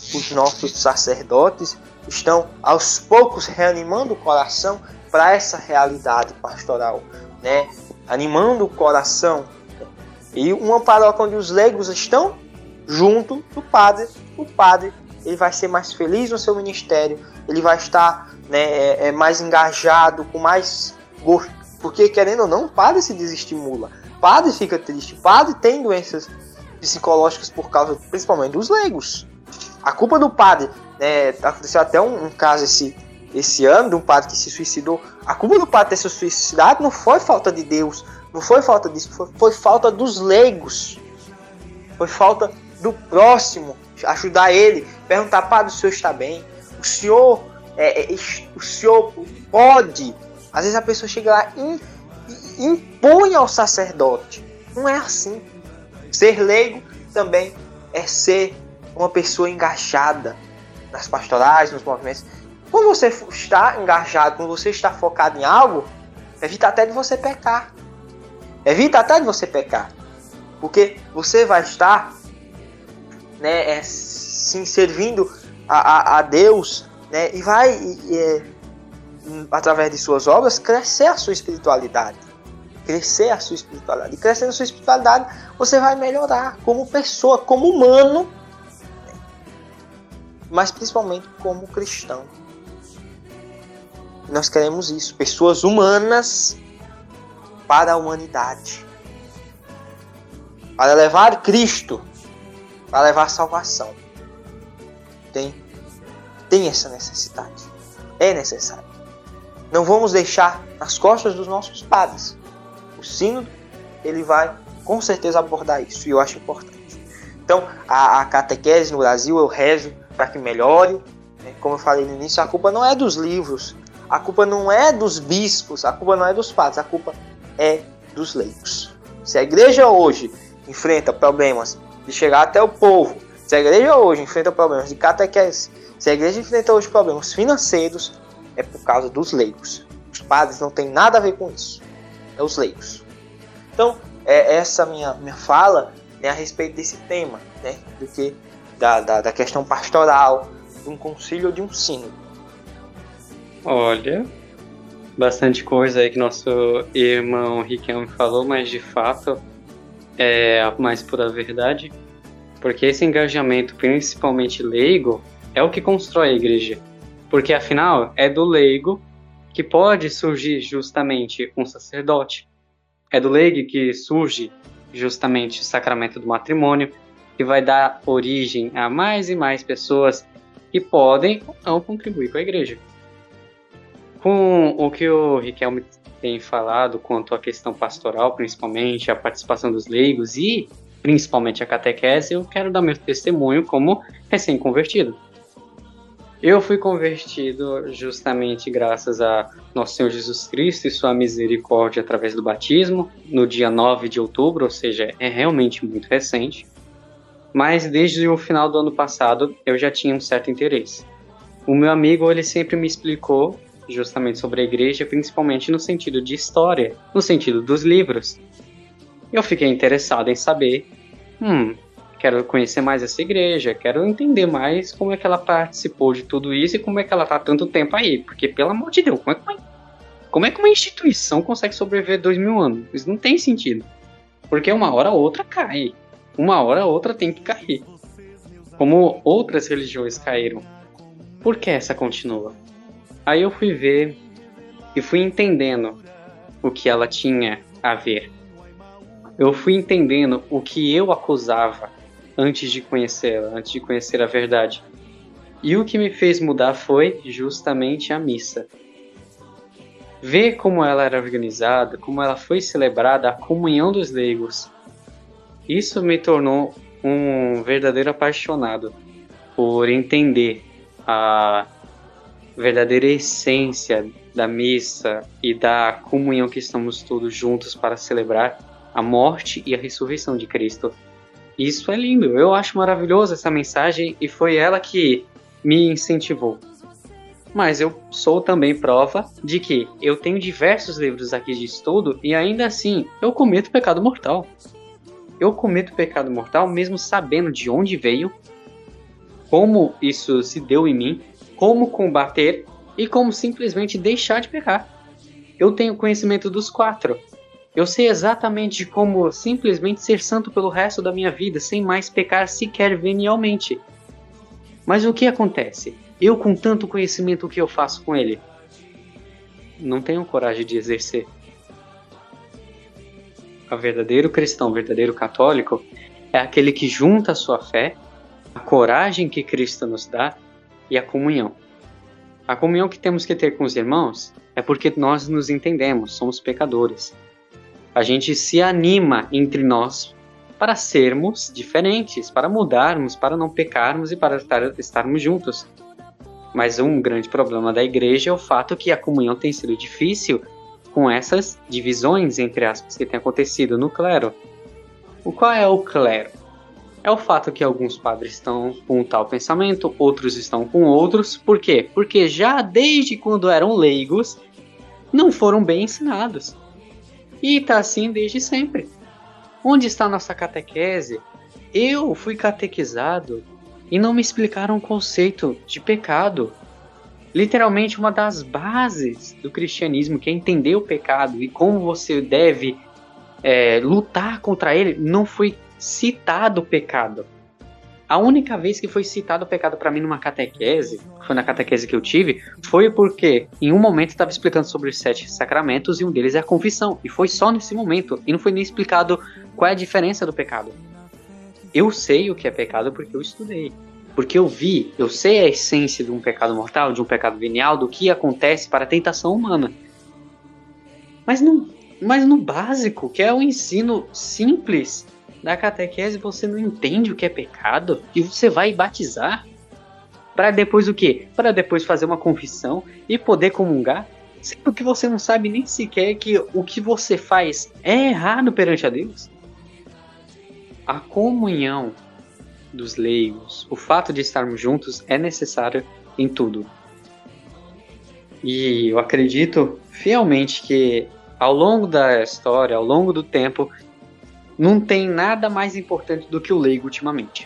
os nossos sacerdotes estão aos poucos reanimando o coração para essa realidade pastoral, né? Animando o coração. E uma paróquia onde os leigos estão junto do padre, o padre ele vai ser mais feliz no seu ministério, ele vai estar, né, é, é mais engajado, com mais gosto, porque querendo ou não, o padre se desestimula, o padre fica triste, o padre tem doenças psicológicas por causa principalmente dos leigos. A culpa do padre, né, aconteceu até um, um caso esse, esse ano de um padre que se suicidou. A culpa do padre ter se suicidado não foi falta de Deus, não foi falta disso, foi, foi falta dos leigos, foi falta do próximo, ajudar ele, perguntar, padre, o senhor está bem? O senhor, é, é, o senhor pode? Às vezes a pessoa chega lá e impõe ao sacerdote. Não é assim. Ser leigo também é ser uma pessoa engajada nas pastorais, nos movimentos. Quando você está engajado, quando você está focado em algo, evita até de você pecar. Evita até de você pecar. Porque você vai estar, né, é, sim, servindo a, a, a Deus, né, e vai, e, é, através de suas obras, crescer a sua espiritualidade. Crescer a sua espiritualidade. E crescendo a sua espiritualidade, você vai melhorar como pessoa, como humano, mas principalmente como cristão. Nós queremos isso, pessoas humanas para a humanidade, para levar Cristo, para levar salvação. Tem, tem essa necessidade, é necessário. Não vamos deixar nas costas dos nossos padres. O sínodo, ele vai com certeza abordar isso, e eu acho importante. Então, a, a catequese no Brasil, eu rezo para que melhore. Né? Como eu falei no início, a culpa não é dos livros, a culpa não é dos bispos, a culpa não é dos padres, a culpa é dos leigos. Se a igreja hoje enfrenta problemas de chegar até o povo, se a igreja hoje enfrenta problemas de catequese, se a igreja enfrenta hoje problemas financeiros, é por causa dos leigos. Os padres não têm nada a ver com isso. É os leigos. Então, é essa minha, minha fala, né, a respeito desse tema, né, do que da, da, da questão pastoral, de um concílio ou de um sínodo. Olha, bastante coisa aí que nosso irmão Riquelme falou, mas de fato é a mais pura verdade, porque esse engajamento, principalmente leigo, é o que constrói a igreja, porque afinal é do leigo que pode surgir justamente um sacerdote. É do leigo que surge justamente o sacramento do matrimônio, que vai dar origem a mais e mais pessoas que podem ou não contribuir com a igreja. Com o que o Riquelme tem falado quanto à questão pastoral, principalmente a participação dos leigos e principalmente a catequese, eu quero dar meu testemunho como recém-convertido. Eu fui convertido justamente graças a Nosso Senhor Jesus Cristo e sua misericórdia através do batismo, no dia nove de outubro, ou seja, é realmente muito recente. Mas desde o final do ano passado eu já tinha um certo interesse. O meu amigo, ele sempre me explicou justamente sobre a igreja, principalmente no sentido de história, no sentido dos livros. Eu fiquei interessado em saber, hum... quero conhecer mais essa igreja, quero entender mais como é que ela participou de tudo isso e como é que ela está há tanto tempo aí. Porque, pelo amor de Deus, como é que uma, como é que uma instituição consegue sobreviver dois mil anos? Isso não tem sentido. Porque uma hora ou outra cai. Uma hora ou outra tem que cair. Como outras religiões caíram. Por que essa continua? Aí eu fui ver e fui entendendo o que ela tinha a ver. Eu fui entendendo o que eu acusava antes de conhecê-la, antes de conhecer a verdade. E o que me fez mudar foi justamente a missa. Ver como ela era organizada, como ela foi celebrada, a comunhão dos leigos. Isso me tornou um verdadeiro apaixonado por entender a verdadeira essência da missa e da comunhão que estamos todos juntos para celebrar a morte e a ressurreição de Cristo. Isso é lindo, eu acho maravilhoso essa mensagem e foi ela que me incentivou. Mas eu sou também prova de que eu tenho diversos livros aqui de estudo e ainda assim eu cometo pecado mortal. Eu cometo pecado mortal mesmo sabendo de onde veio, como isso se deu em mim, como combater e como simplesmente deixar de pecar. Eu tenho conhecimento dos quatro. Eu sei exatamente como simplesmente ser santo pelo resto da minha vida, sem mais pecar sequer venialmente. Mas o que acontece? Eu, com tanto conhecimento, o que eu faço com ele? Não tenho coragem de exercer. O verdadeiro cristão, o verdadeiro católico, é aquele que junta a sua fé, a coragem que Cristo nos dá e a comunhão. A comunhão que temos que ter com os irmãos é porque nós nos entendemos, somos pecadores. A gente se anima entre nós para sermos diferentes, para mudarmos, para não pecarmos e para estar, estarmos juntos. Mas um grande problema da igreja é o fato que a comunhão tem sido difícil com essas divisões, entre aspas, que tem acontecido no clero. O qual é o clero? É o fato que alguns padres estão com um tal pensamento, outros estão com outros. Por quê? Porque já desde quando eram leigos, não foram bem ensinados. E está assim desde sempre. Onde está a nossa catequese? Eu fui catequizado e não me explicaram o conceito de pecado. Literalmente uma das bases do cristianismo, que é entender o pecado e como você deve é, lutar contra ele, não foi citado o pecado. A única vez que foi citado o pecado para mim numa catequese, foi na catequese que eu tive, foi porque em um momento estava explicando sobre os sete sacramentos e um deles é a confissão. E foi só nesse momento, e não foi nem explicado qual é a diferença do pecado. Eu sei o que é pecado porque eu estudei. Porque eu vi, eu sei a essência de um pecado mortal, de um pecado venial, do que acontece para a tentação humana. Mas no, mas no básico, que é o ensino simples da catequese, você não entende o que é pecado e você vai batizar para depois o quê? Para depois fazer uma confissão e poder comungar, sendo que você não sabe nem sequer que o que você faz é errado perante a Deus. A comunhão dos leigos, o fato de estarmos juntos é necessário em tudo. E eu acredito fielmente que ao longo da história, ao longo do tempo, não tem nada mais importante do que o leigo ultimamente.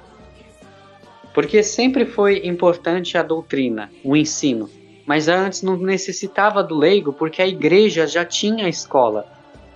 Porque sempre foi importante a doutrina, o ensino, mas antes não necessitava do leigo porque a igreja já tinha a escola.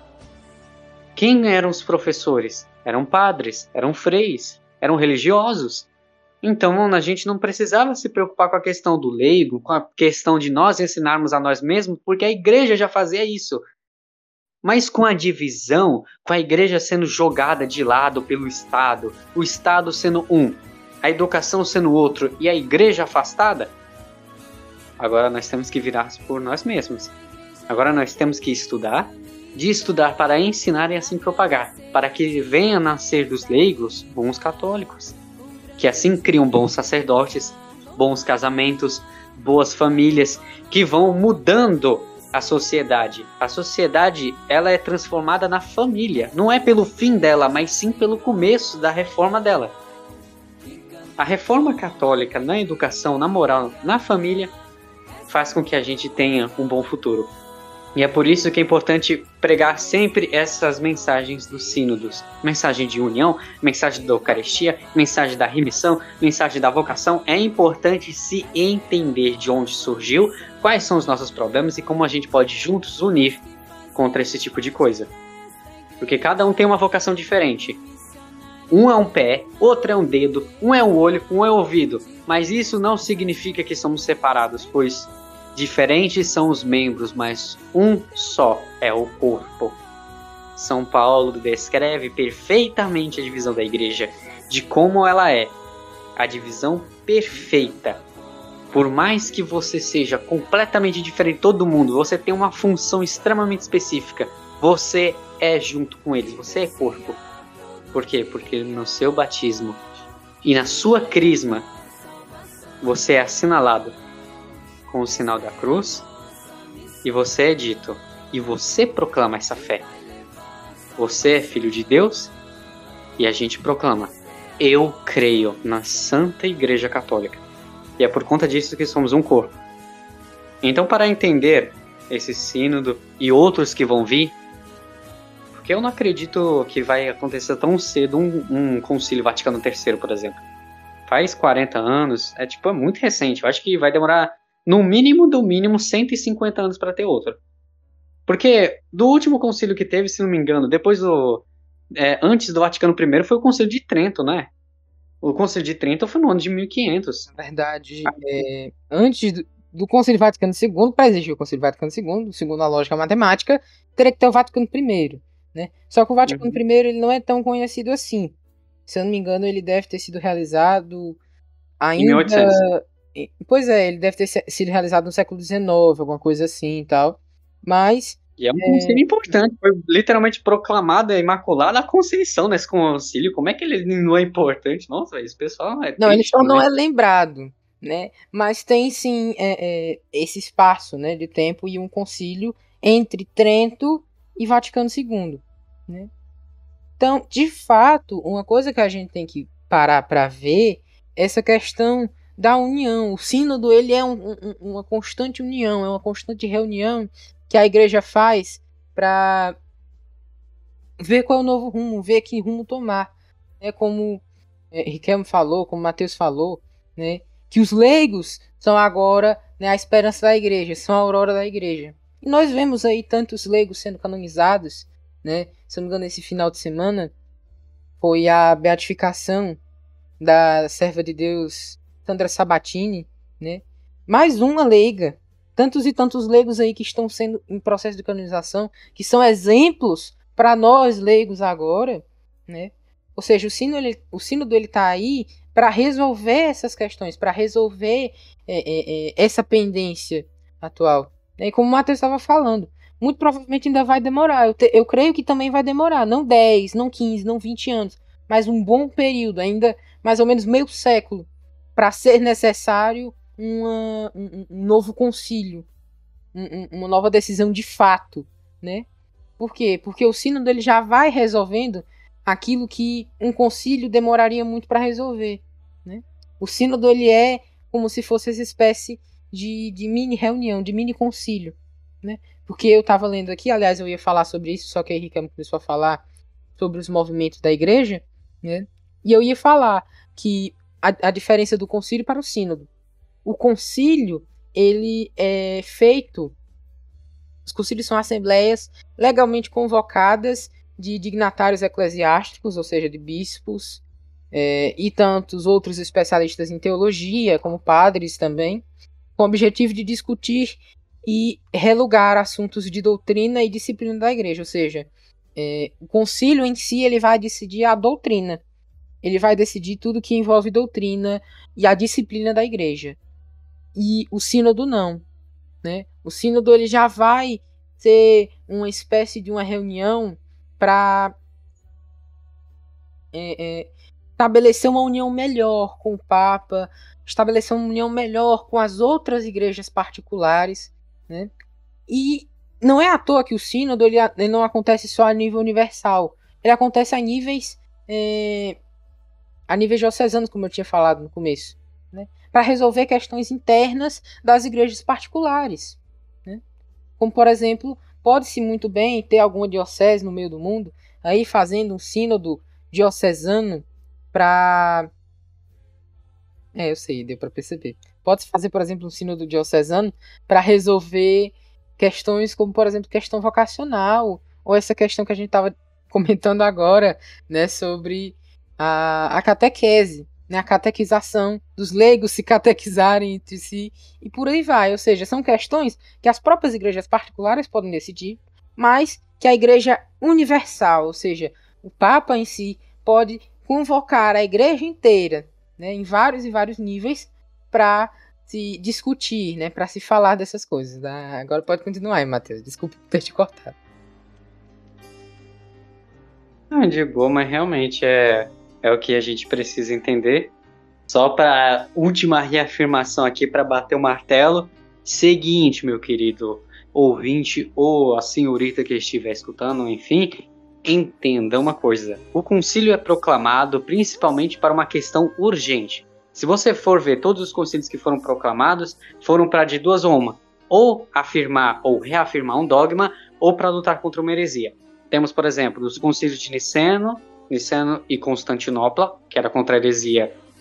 Quem eram os professores? Eram padres, eram freis, eram religiosos. Então a gente não precisava se preocupar com a questão do leigo, com a questão de nós ensinarmos a nós mesmos, porque a igreja já fazia isso. Mas com a divisão, com a igreja sendo jogada de lado pelo Estado, o Estado sendo um, a educação sendo outro e a igreja afastada, agora nós temos que virar por nós mesmos. Agora nós temos que estudar, de estudar para ensinar e assim propagar, para que venha a nascer dos leigos bons católicos, que assim criam bons sacerdotes, bons casamentos, boas famílias, que vão mudando a sociedade. A sociedade, ela é transformada na família. Não é pelo fim dela, mas sim pelo começo da reforma dela. A reforma católica na educação, na moral, na família, faz com que a gente tenha um bom futuro. E é por isso que é importante pregar sempre essas mensagens dos sínodos. Mensagem de união, mensagem da Eucaristia, mensagem da remissão, mensagem da vocação. É importante se entender de onde surgiu, quais são os nossos problemas e como a gente pode juntos unir contra esse tipo de coisa. Porque cada um tem uma vocação diferente. Um é um pé, outro é um dedo, um é um olho, um é um ouvido. Mas isso não significa que somos separados, pois diferentes são os membros, mas um só é o corpo. São Paulo descreve perfeitamente a divisão da igreja, de como ela é, a divisão perfeita. Por mais que você seja completamente diferente de todo mundo, você tem uma função extremamente específica. Você é junto com eles, você é corpo. Por quê? Porque no seu batismo e na sua crisma, você é assinalado com o sinal da cruz, e você é dito, e você proclama essa fé. Você é filho de Deus, e a gente proclama, eu creio na Santa Igreja Católica. E é por conta disso que somos um corpo. Então, para entender esse sínodo e outros que vão vir, porque eu não acredito que vai acontecer tão cedo um, um concílio Vaticano terceiro, por exemplo. faz quarenta anos, é tipo, é muito recente. Eu acho que vai demorar, no mínimo do mínimo, cento e cinquenta anos para ter outro. Porque do último concílio que teve, se não me engano, depois do... É, antes do Vaticano I, foi o Concílio de Trento, né? O Concílio de Trento foi no ano de mil e quinhentos. Na verdade, é, antes do, do Concílio Vaticano segundo, para existir o Concílio Vaticano segundo, segundo a lógica matemática, teria que ter o Vaticano I, né? Só que o Vaticano Uhum. I ele não é tão conhecido assim. Se eu não me engano, ele deve ter sido realizado Em mil e oitocentos. ainda... Pois é, ele deve ter se- sido realizado no século dezenove, alguma coisa assim e tal. Mas... E é um concílio importante, foi literalmente proclamada a Imaculada Conceição nesse concílio. Como é que ele não é importante? Nossa, esse pessoal é Não, ele triste só não também. é lembrado, né? Mas tem sim é, é, esse espaço, né, de tempo e um concílio entre Trento e Vaticano segundo, né? Então, de fato, uma coisa que a gente tem que parar para ver é essa questão da união. O sínodo ele é um, um, uma constante união, é uma constante reunião que a igreja faz para ver qual é o novo rumo, ver que rumo tomar. É como é, Riquelme falou, como Mateus falou, né, que os leigos são agora, né, a esperança da igreja, são a aurora da igreja. E nós vemos aí tantos leigos sendo canonizados, né? Se não me engano, esse final de semana foi a beatificação da serva de Deus Sandra Sabatini, né? Mais uma leiga. Tantos e tantos leigos aí que estão sendo em processo de canonização, que são exemplos para nós leigos agora, né? Ou seja, o sino ele, o sínodo ele está aí para resolver essas questões, para resolver é, é, é, essa pendência atual. E como o Matheus estava falando, muito provavelmente ainda vai demorar. Eu, te, eu creio que também vai demorar, não dez, não quinze, não vinte anos, mas um bom período, ainda mais ou menos meio século, para ser necessário uma, um, um novo concílio, um, uma nova decisão de fato, né? Por quê? Porque o sínodo ele já vai resolvendo aquilo que um concílio demoraria muito para resolver, né? O sínodo ele é como se fosse essa espécie de, de mini reunião, de mini concílio, né? Porque eu estava lendo aqui, aliás, eu ia falar sobre isso, só que a Henrique começou a falar sobre os movimentos da igreja, né? E eu ia falar que a, a diferença do concílio para o sínodo. O concílio, ele é feito... Os concílios são assembleias legalmente convocadas de dignatários eclesiásticos, ou seja, de bispos, é, e tantos outros especialistas em teologia, como padres também, com o objetivo de discutir e relugar assuntos de doutrina e disciplina da igreja. Ou seja, é, o concílio em si ele vai decidir a doutrina. Ele vai decidir tudo que envolve doutrina e a disciplina da igreja. E o sínodo não, né? O sínodo ele já vai ser uma espécie de uma reunião para é, é, estabelecer uma união melhor com o Papa, estabelecer uma união melhor com as outras igrejas particulares, né? E não é à toa que o sínodo ele, ele não acontece só a nível universal, ele acontece a níveis é, a níveis diocesanos, como eu tinha falado no começo, né? Para resolver questões internas das igrejas particulares, né? Como, por exemplo, pode-se muito bem ter alguma diocese no meio do mundo aí fazendo um sínodo diocesano para... É, eu sei, deu para perceber. Pode-se fazer, por exemplo, um sínodo diocesano para resolver questões como, por exemplo, questão vocacional, ou essa questão que a gente estava comentando agora, né, sobre a, a catequese, né, a catequização, dos leigos se catequizarem entre si, e por aí vai. Ou seja, são questões que as próprias igrejas particulares podem decidir, mas que a igreja universal, ou seja, o Papa em si, pode convocar a igreja inteira, né, em vários e vários níveis, para se discutir, né, para se falar dessas coisas. Tá? Agora pode continuar aí, Matheus. Desculpa ter te cortado. Não, de boa, mas realmente é, é o que a gente precisa entender. Só para última reafirmação aqui, para bater o martelo. Seguinte, meu querido ouvinte ou a senhorita que estiver escutando, enfim, entenda uma coisa. O concílio é proclamado principalmente para uma questão urgente. Se você for ver todos os concílios que foram proclamados, foram para de duas ou uma. Ou afirmar ou reafirmar um dogma, ou para lutar contra uma heresia. Temos, por exemplo, os concílios de Niceno, Niceno e Constantinopla, que era contra a heresia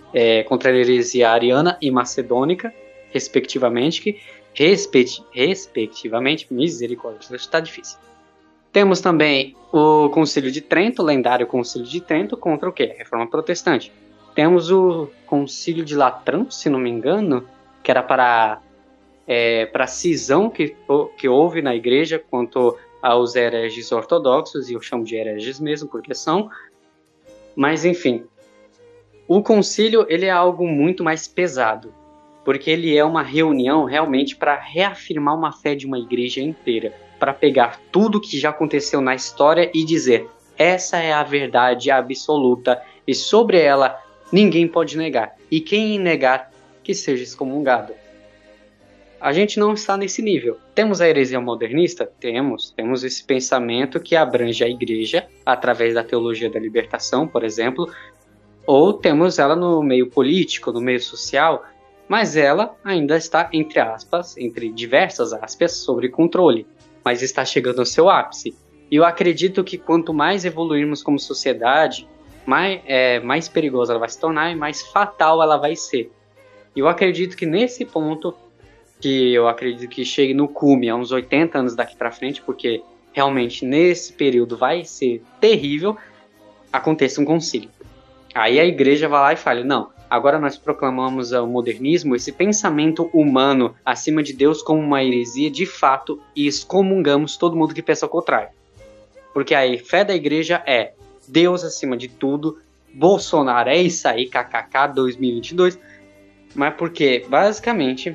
é, contra a heresia ariana e macedônica, respectivamente, que, respect, respectivamente, misericórdia, está difícil. Temos também o Concílio de Trento, o lendário Concílio de Trento, contra o quê? A Reforma Protestante. Temos o Concílio de Latrão, se não me engano, que era para, é, para a cisão que, que houve na igreja quanto aos hereges ortodoxos, e eu chamo de hereges mesmo, porque são. Mas, enfim, o concílio ele é algo muito mais pesado, porque ele é uma reunião realmente para reafirmar uma fé de uma igreja inteira, para pegar tudo que já aconteceu na história e dizer, essa é a verdade absoluta, e sobre ela ninguém pode negar, e quem negar, que seja excomungado. A gente não está nesse nível. Temos a heresia modernista? Temos. Temos esse pensamento que abrange a igreja, através da teologia da libertação, por exemplo, ou temos ela no meio político, no meio social, mas ela ainda está, entre aspas, entre diversas aspas, sob controle, mas está chegando ao seu ápice. E eu acredito que quanto mais evoluirmos como sociedade, mais, é, mais perigosa ela vai se tornar e mais fatal ela vai ser. E eu acredito que nesse ponto, que eu acredito que chegue no cume, a uns oitenta anos daqui para frente, porque realmente nesse período vai ser terrível, aconteça um concílio. Aí a igreja vai lá e fala, não, agora nós proclamamos o modernismo, esse pensamento humano acima de Deus como uma heresia de fato e excomungamos todo mundo que pensa ao contrário. Porque a fé da igreja é Deus acima de tudo, Bolsonaro é isso aí, kkk dois mil e vinte e dois, mas porque basicamente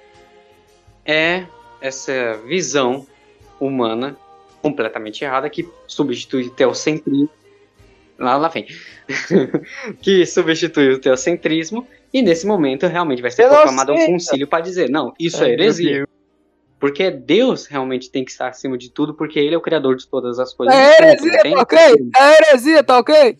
é essa visão humana completamente errada que substitui o teocentrismo. Lá, lá vem. Que substitui o teocentrismo e nesse momento realmente vai ser proclamado um concílio para dizer, não, isso é heresia. Porque Deus realmente tem que estar acima de tudo, porque Ele é o criador de todas as coisas. É heresia, tá ok? É heresia, tá ok?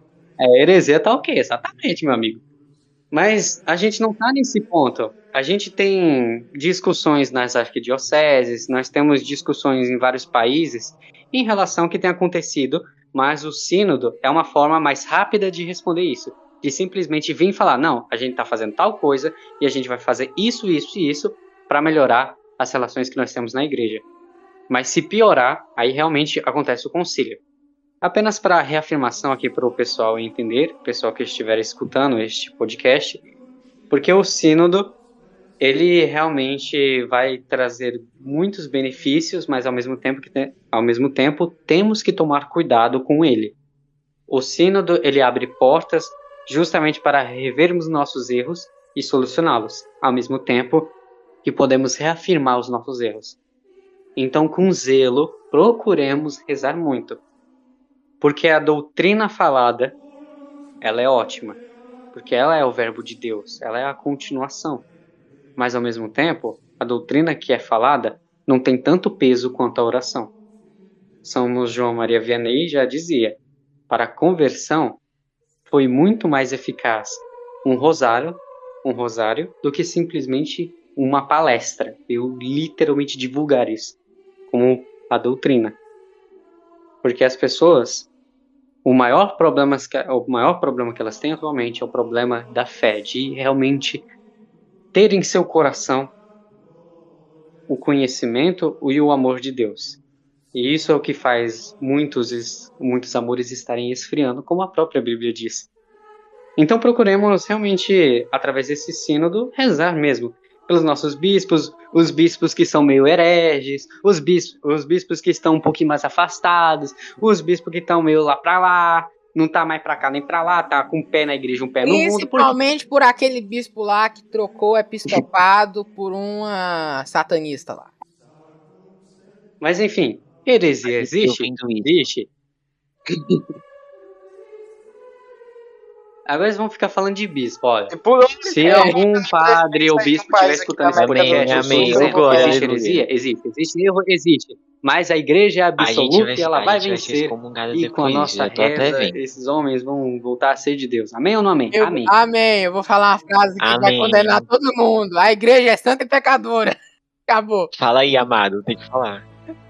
É heresia, tá ok, exatamente, meu amigo. Mas a gente não tá nesse ponto. A gente tem discussões nas arquidioceses, nós temos discussões em vários países em relação ao que tem acontecido, mas o sínodo é uma forma mais rápida de responder isso. De simplesmente vir falar, não, a gente tá fazendo tal coisa e a gente vai fazer isso, isso e isso para melhorar as relações que nós temos na igreja. Mas se piorar, aí realmente acontece o concílio. Apenas para reafirmação aqui para o pessoal entender, o pessoal que estiver escutando este podcast, porque o sínodo, ele realmente vai trazer muitos benefícios, mas ao mesmo tempo, que te, ao mesmo tempo temos que tomar cuidado com ele. O sínodo, ele abre portas justamente para revermos nossos erros e solucioná-los, ao mesmo tempo que podemos reafirmar os nossos erros. Então, com zelo, procuremos rezar muito. Porque a doutrina falada, ela é ótima. Porque ela é o verbo de Deus, ela é a continuação. Mas, ao mesmo tempo, a doutrina que é falada não tem tanto peso quanto a oração. São João Maria Vianney já dizia, para a conversão, foi muito mais eficaz um rosário, um rosário do que simplesmente uma palestra. Eu literalmente divulgar isso como a doutrina. Porque as pessoas, o maior problema, o maior problema que elas têm atualmente é o problema da fé, de realmente ter em seu coração o conhecimento e o amor de Deus. E isso é o que faz muitos, muitos amores estarem esfriando, como a própria Bíblia diz. Então procuremos realmente, através desse sínodo, rezar mesmo pelos nossos bispos, os bispos que são meio hereges, os bispos, os bispos que estão um pouquinho mais afastados, os bispos que estão meio lá pra lá, não tá mais pra cá nem pra lá, tá com um pé na igreja, um pé no mundo. Principalmente por aquele bispo lá que trocou o episcopado por uma satanista lá. Mas enfim, heresia existe? Existe. Agora eles vão ficar falando de bispo, olha. Se é, algum padre ou bispo estiver escutando esse podcast, amém, eu eu existe heresia? Existe. Existe erro? Existe. Mas a igreja é absoluta vai, e ela vai vencer. Vai e com a nossa reza, esses homens vão voltar a ser de Deus. Amém ou não amém? Eu, amém. Amém. Eu vou falar uma frase que amém. Vai condenar todo mundo. A igreja é santa e pecadora. Acabou. Fala aí, amado. Tem que falar.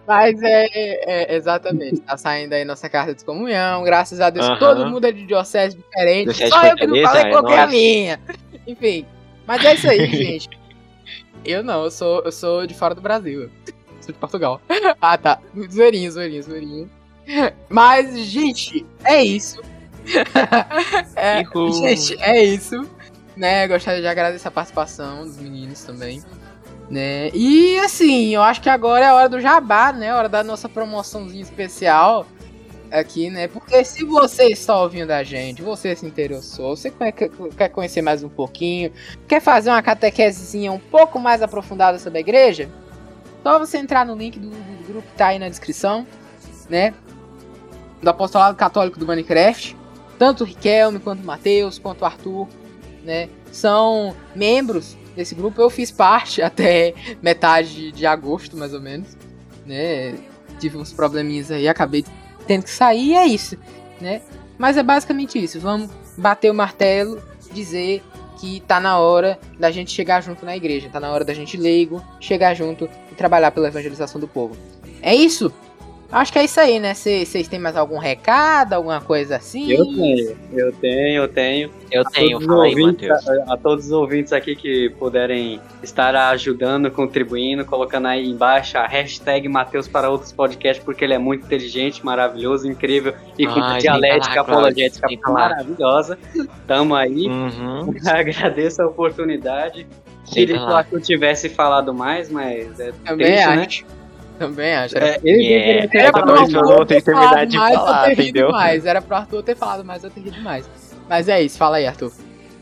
Mas é, é, exatamente, tá saindo aí nossa carta de comunhão, graças a Deus, Aham. todo mundo é de diocese diferente, Diocese só eu que não Fortaleza, falei, é coloquei a nóis. minha. Enfim, mas é isso aí, gente. Eu não, eu sou, eu sou de fora do Brasil, sou de Portugal. Ah, tá, zoeirinho, zoeirinho, zoeirinho. Mas, gente, é isso. É, Ihu. gente, é isso. Né, gostaria de agradecer a participação dos meninos também. Né? E assim, eu acho que agora é a hora do jabá, né? Hora da nossa promoçãozinha especial aqui, né? Porque se você está ouvindo a gente, você se interessou, você quer, quer conhecer mais um pouquinho, quer fazer uma catequesezinha um pouco mais aprofundada sobre a igreja, só você entrar no link do, do grupo que tá aí na descrição, né? Do Apostolado Católico do Minecraft. Tanto o Riquelme, quanto o Matheus, quanto o Arthur, né? São membros desse grupo. Eu fiz parte até metade de agosto, mais ou menos, né? Tive uns probleminhas aí, acabei tendo que sair e é isso, né? Mas é basicamente isso. Vamos bater o martelo, dizer que tá na hora da gente chegar junto na igreja, tá na hora da gente leigo chegar junto e trabalhar pela evangelização do povo. É isso? Acho que é isso aí, né? Vocês têm mais algum recado, alguma coisa assim? Eu tenho, eu tenho, eu tenho. Eu A tenho, todos os fala aí, ouvintes- Matheus. A, a todos os ouvintes aqui que puderem estar ajudando, contribuindo, colocando aí embaixo a hashtag Matheus para outros podcasts, porque ele é muito inteligente, maravilhoso, incrível e com Ai, dialética vem pra lá, apologética vem pra lá. maravilhosa. Tamo aí. Uhum. Agradeço a oportunidade. Sim, Queria tá lá. que eu tivesse falado mais, mas é Também triste, acho. né? Também acho. Era, É, ele Yeah. deveria ter era Toda pro vez que eu Arthur não tenho ter terminar falado de mais, eu falar, ter rido entendeu? mais. Era pro Arthur ter falado mais, eu ter rido mais. Mas é isso, fala aí, Arthur.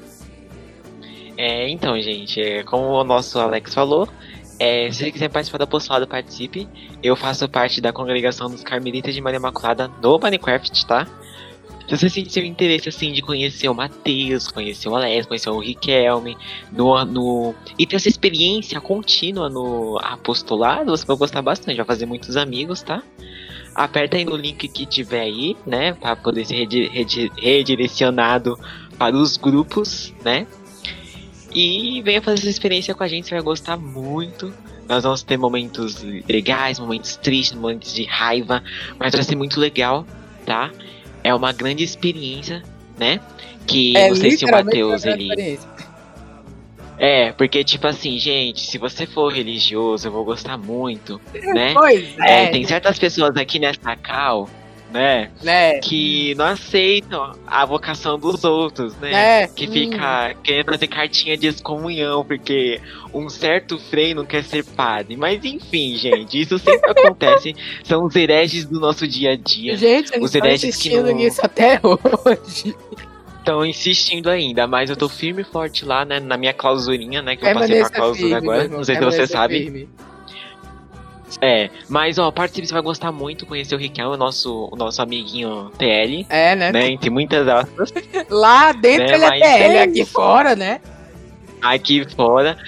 É, então, gente, é, como o nosso Alex falou, é, se você quiser participar do apostolado, participe. Eu faço parte da congregação dos Carmelitas de Maria Imaculada no Minecraft, tá? Se você sentir o interesse, assim, de conhecer o Matheus, conhecer o Alex, conhecer o Riquelme, no, no, e ter essa experiência contínua no apostolado, você vai gostar bastante, vai fazer muitos amigos, tá? Aperta aí no link que tiver aí, né, para poder ser redi- redi- redirecionado para os grupos, né? E venha fazer essa experiência com a gente, você vai gostar muito. Nós vamos ter momentos legais, momentos tristes, momentos de raiva, mas vai ser muito legal, tá? É uma grande experiência, né? Que É não sei se o literalmente Matheus, uma grande ele... experiência. É, porque tipo assim, gente, se você for religioso, eu vou gostar muito, né? Pois É, é, tem certas pessoas aqui nessa cal, né? né? Que não aceitam a vocação dos outros, né? É, Que hum. fica querendo fazer cartinha de excomunhão, porque um certo freio não quer ser padre. Mas enfim, gente, isso sempre acontece. São os hereges do nosso dia a dia. Gente, eles os estão hereges que insistindo não- nisso até hoje. Estão insistindo ainda, mas eu tô firme e forte lá, né? Na minha clausurinha, né? Que eu passei Permaneça pra clausura firme, agora. meu irmão, Não sei se você permaneça sabe. firme. É, mas ó, participe, você vai gostar muito conhecer o Riquelme, o nosso, o nosso amiguinho T L, É, né? né? Entre muitas aspas. Lá dentro Né, ele é mas T L, é aqui fora, né? Aqui fora.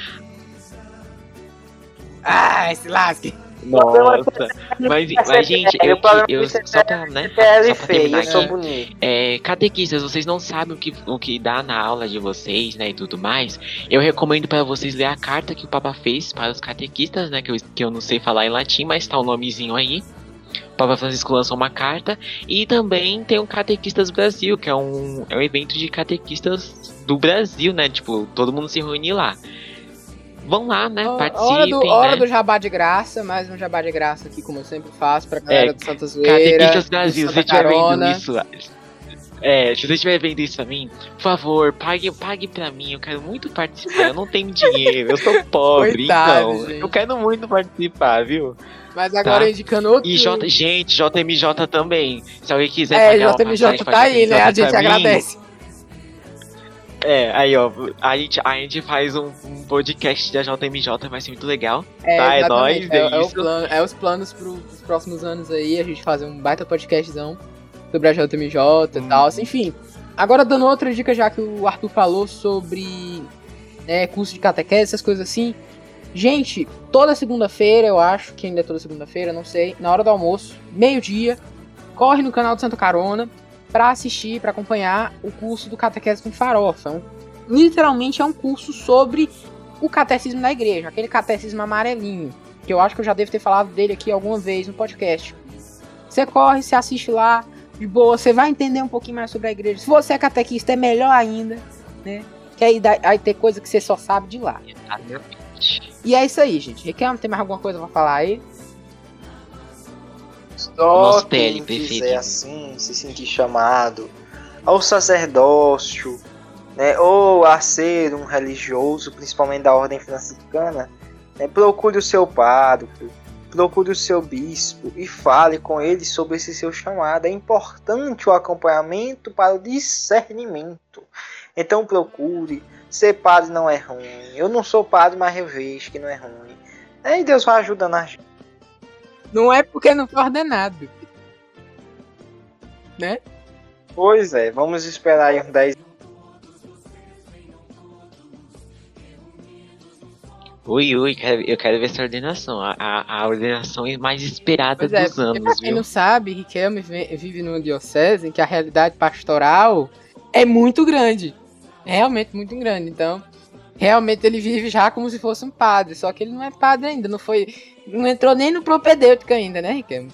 Ah, se lasque. Nossa. Mas, mas gente, eu, O problema eu é que só pra, né? T L Só pra feio, terminar eu sou aqui. bonito. É, catequistas, vocês não sabem o que, o que dá na aula de vocês, né, e tudo mais. Eu recomendo para vocês ler a carta que o Papa fez para os catequistas, né, que eu, que eu não sei falar em latim, mas tá o nomezinho aí. O Papa Francisco lançou uma carta. E também tem o Catequistas Brasil, que é um, é um evento de catequistas do Brasil, né, tipo, todo mundo se reúne lá. Vão lá, né, Hora participem, do, hora né. do jabá de graça, mais um jabá de graça aqui, como eu sempre faço, pra galera É, do Santa Zoeira. Catequistas do Brasil, se Santa você estiver vendo Carona. isso, é, se você estiver vendo isso pra mim, por favor, pague, pague pra mim, eu quero muito participar, eu não tenho dinheiro, eu sou pobre, Coitado, então, gente. eu quero muito participar, viu? Mas agora Tá. indicando outro. E J, gente, J M J também, se alguém quiser É, pagar uma J M J passagem pra tá aí, né? A gente pra mim, agradece. É, aí ó, a gente, a gente faz um, um podcast da J M J, vai ser muito legal. É, Tá, é exatamente. nóis, é, é é o isso. plano, é os planos pro, pros próximos anos aí, a gente fazer um baita podcastzão sobre a J M J e Hum. tal, assim, enfim. Agora dando outra dica, já que o Arthur falou sobre né, curso de catequese, essas coisas assim. Gente, toda segunda-feira, eu acho que ainda é toda segunda-feira, não sei, na hora do almoço, meio-dia, corre no canal do Santa Carona pra assistir, pra acompanhar o curso do Catequese com Farofa. Um, literalmente é um curso sobre o catecismo da igreja, aquele catecismo amarelinho. que eu acho que eu já devo ter falado dele aqui alguma vez no podcast. Você corre, você assiste lá, de boa, você vai entender um pouquinho mais sobre a igreja. Se você é catequista, é melhor ainda, né? Que aí, dá, aí tem coisa que você só sabe de lá. E é isso aí, gente. Requer, tem mais alguma coisa pra falar aí? Só quem quiser assim, se sentir chamado ao sacerdócio, né, ou a ser um religioso, principalmente da ordem franciscana, né, procure o seu pároco, procure o seu bispo e fale com ele sobre esse seu chamado. É importante o acompanhamento para o discernimento. Então procure. Ser padre não é ruim. Eu não sou padre, mas eu vejo que não é ruim. E Deus vai ajudando a gente. Não é porque não foi ordenado, né? Pois é, vamos esperar aí uns dez. Ui, ui, eu quero ver essa ordenação. A, a, a ordenação mais esperada Pois é, dos anos, pra quem viu? não sabe, Riquelme vive numa diocese em que a realidade pastoral é muito grande. É realmente muito grande. Então, realmente ele vive já como se fosse um padre. Só que ele não é padre ainda. Não foi. Não entrou nem no propedêutico ainda, né, Riquelme?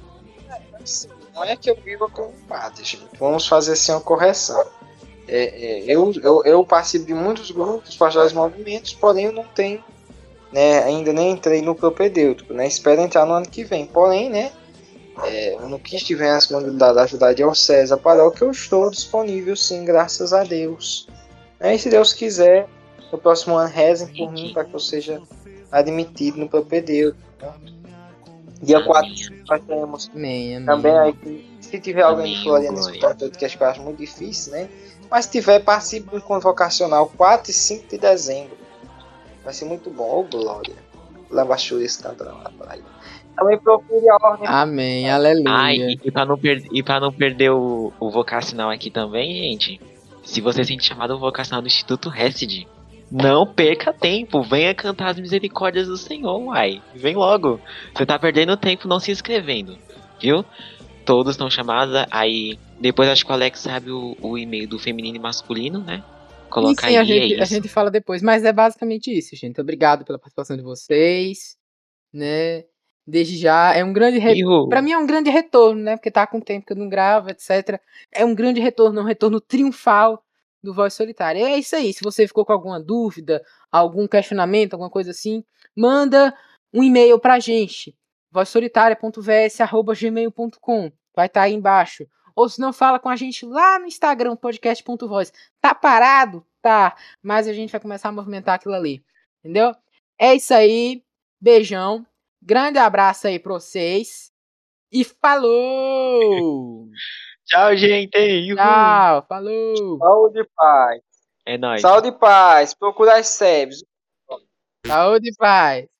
Não é que eu viva como padre, gente. Vamos fazer assim uma correção. É, é, eu, eu, eu participo de muitos grupos, pastorais movimentos, porém eu não tenho, né, ainda nem entrei no propedêutico, né? Espero entrar no ano que vem. Porém, né, é, no que estiver nas mãos da ajudar a diocese, a paróquia, eu estou disponível sim, graças a Deus. E se Deus quiser, no próximo ano rezem por mim para que eu seja admitido no propedêutico. Tá? Dia quatro nós teremos amém, amém. também aí, se tiver alguém Amém, de Floriana escutando, que eu acho muito difícil, né? Mas se tiver, participe do encontro vocacional quatro e cinco de dezembro. Vai ser muito bom, ô glória. Leva chures cantando lá para aí. Também procure a ordem. Amém, aleluia. Ah, e, e, pra não per- e pra não perder o, o vocacional aqui também, gente, se você sente chamado vocacional do Instituto Hesed, não perca tempo, venha cantar as misericórdias do Senhor, uai. Vem logo. Você tá perdendo tempo não se inscrevendo, viu? Todos estão chamados, aí depois acho que o Alex sabe o, o e-mail do feminino e masculino, né? Coloca Sim, aí, a gente, é a isso. gente fala depois, mas é basicamente isso, gente. Obrigado pela participação de vocês, né? Desde já, é um grande retorno. Pra mim é um grande retorno, né? Porque tá com tempo que eu não gravo, etcétera. É um grande retorno, um retorno triunfal do Voz Solitária. É isso aí. Se você ficou com alguma dúvida, algum questionamento, alguma coisa assim, manda um e-mail pra gente. voz solitária ponto v s arroba gmail ponto com. Vai estar aí embaixo. Ou se não, fala com a gente lá no Instagram, podcast ponto voz. Tá parado? Tá. Mas a gente vai começar a movimentar aquilo ali. Entendeu? É isso aí. Beijão. Grande abraço aí pra vocês. E falou! Tchau, gente! Uhul. Tchau, falou! Saúde e paz. É nóis. Saúde e paz. Procura as S E Bs. Saúde e paz!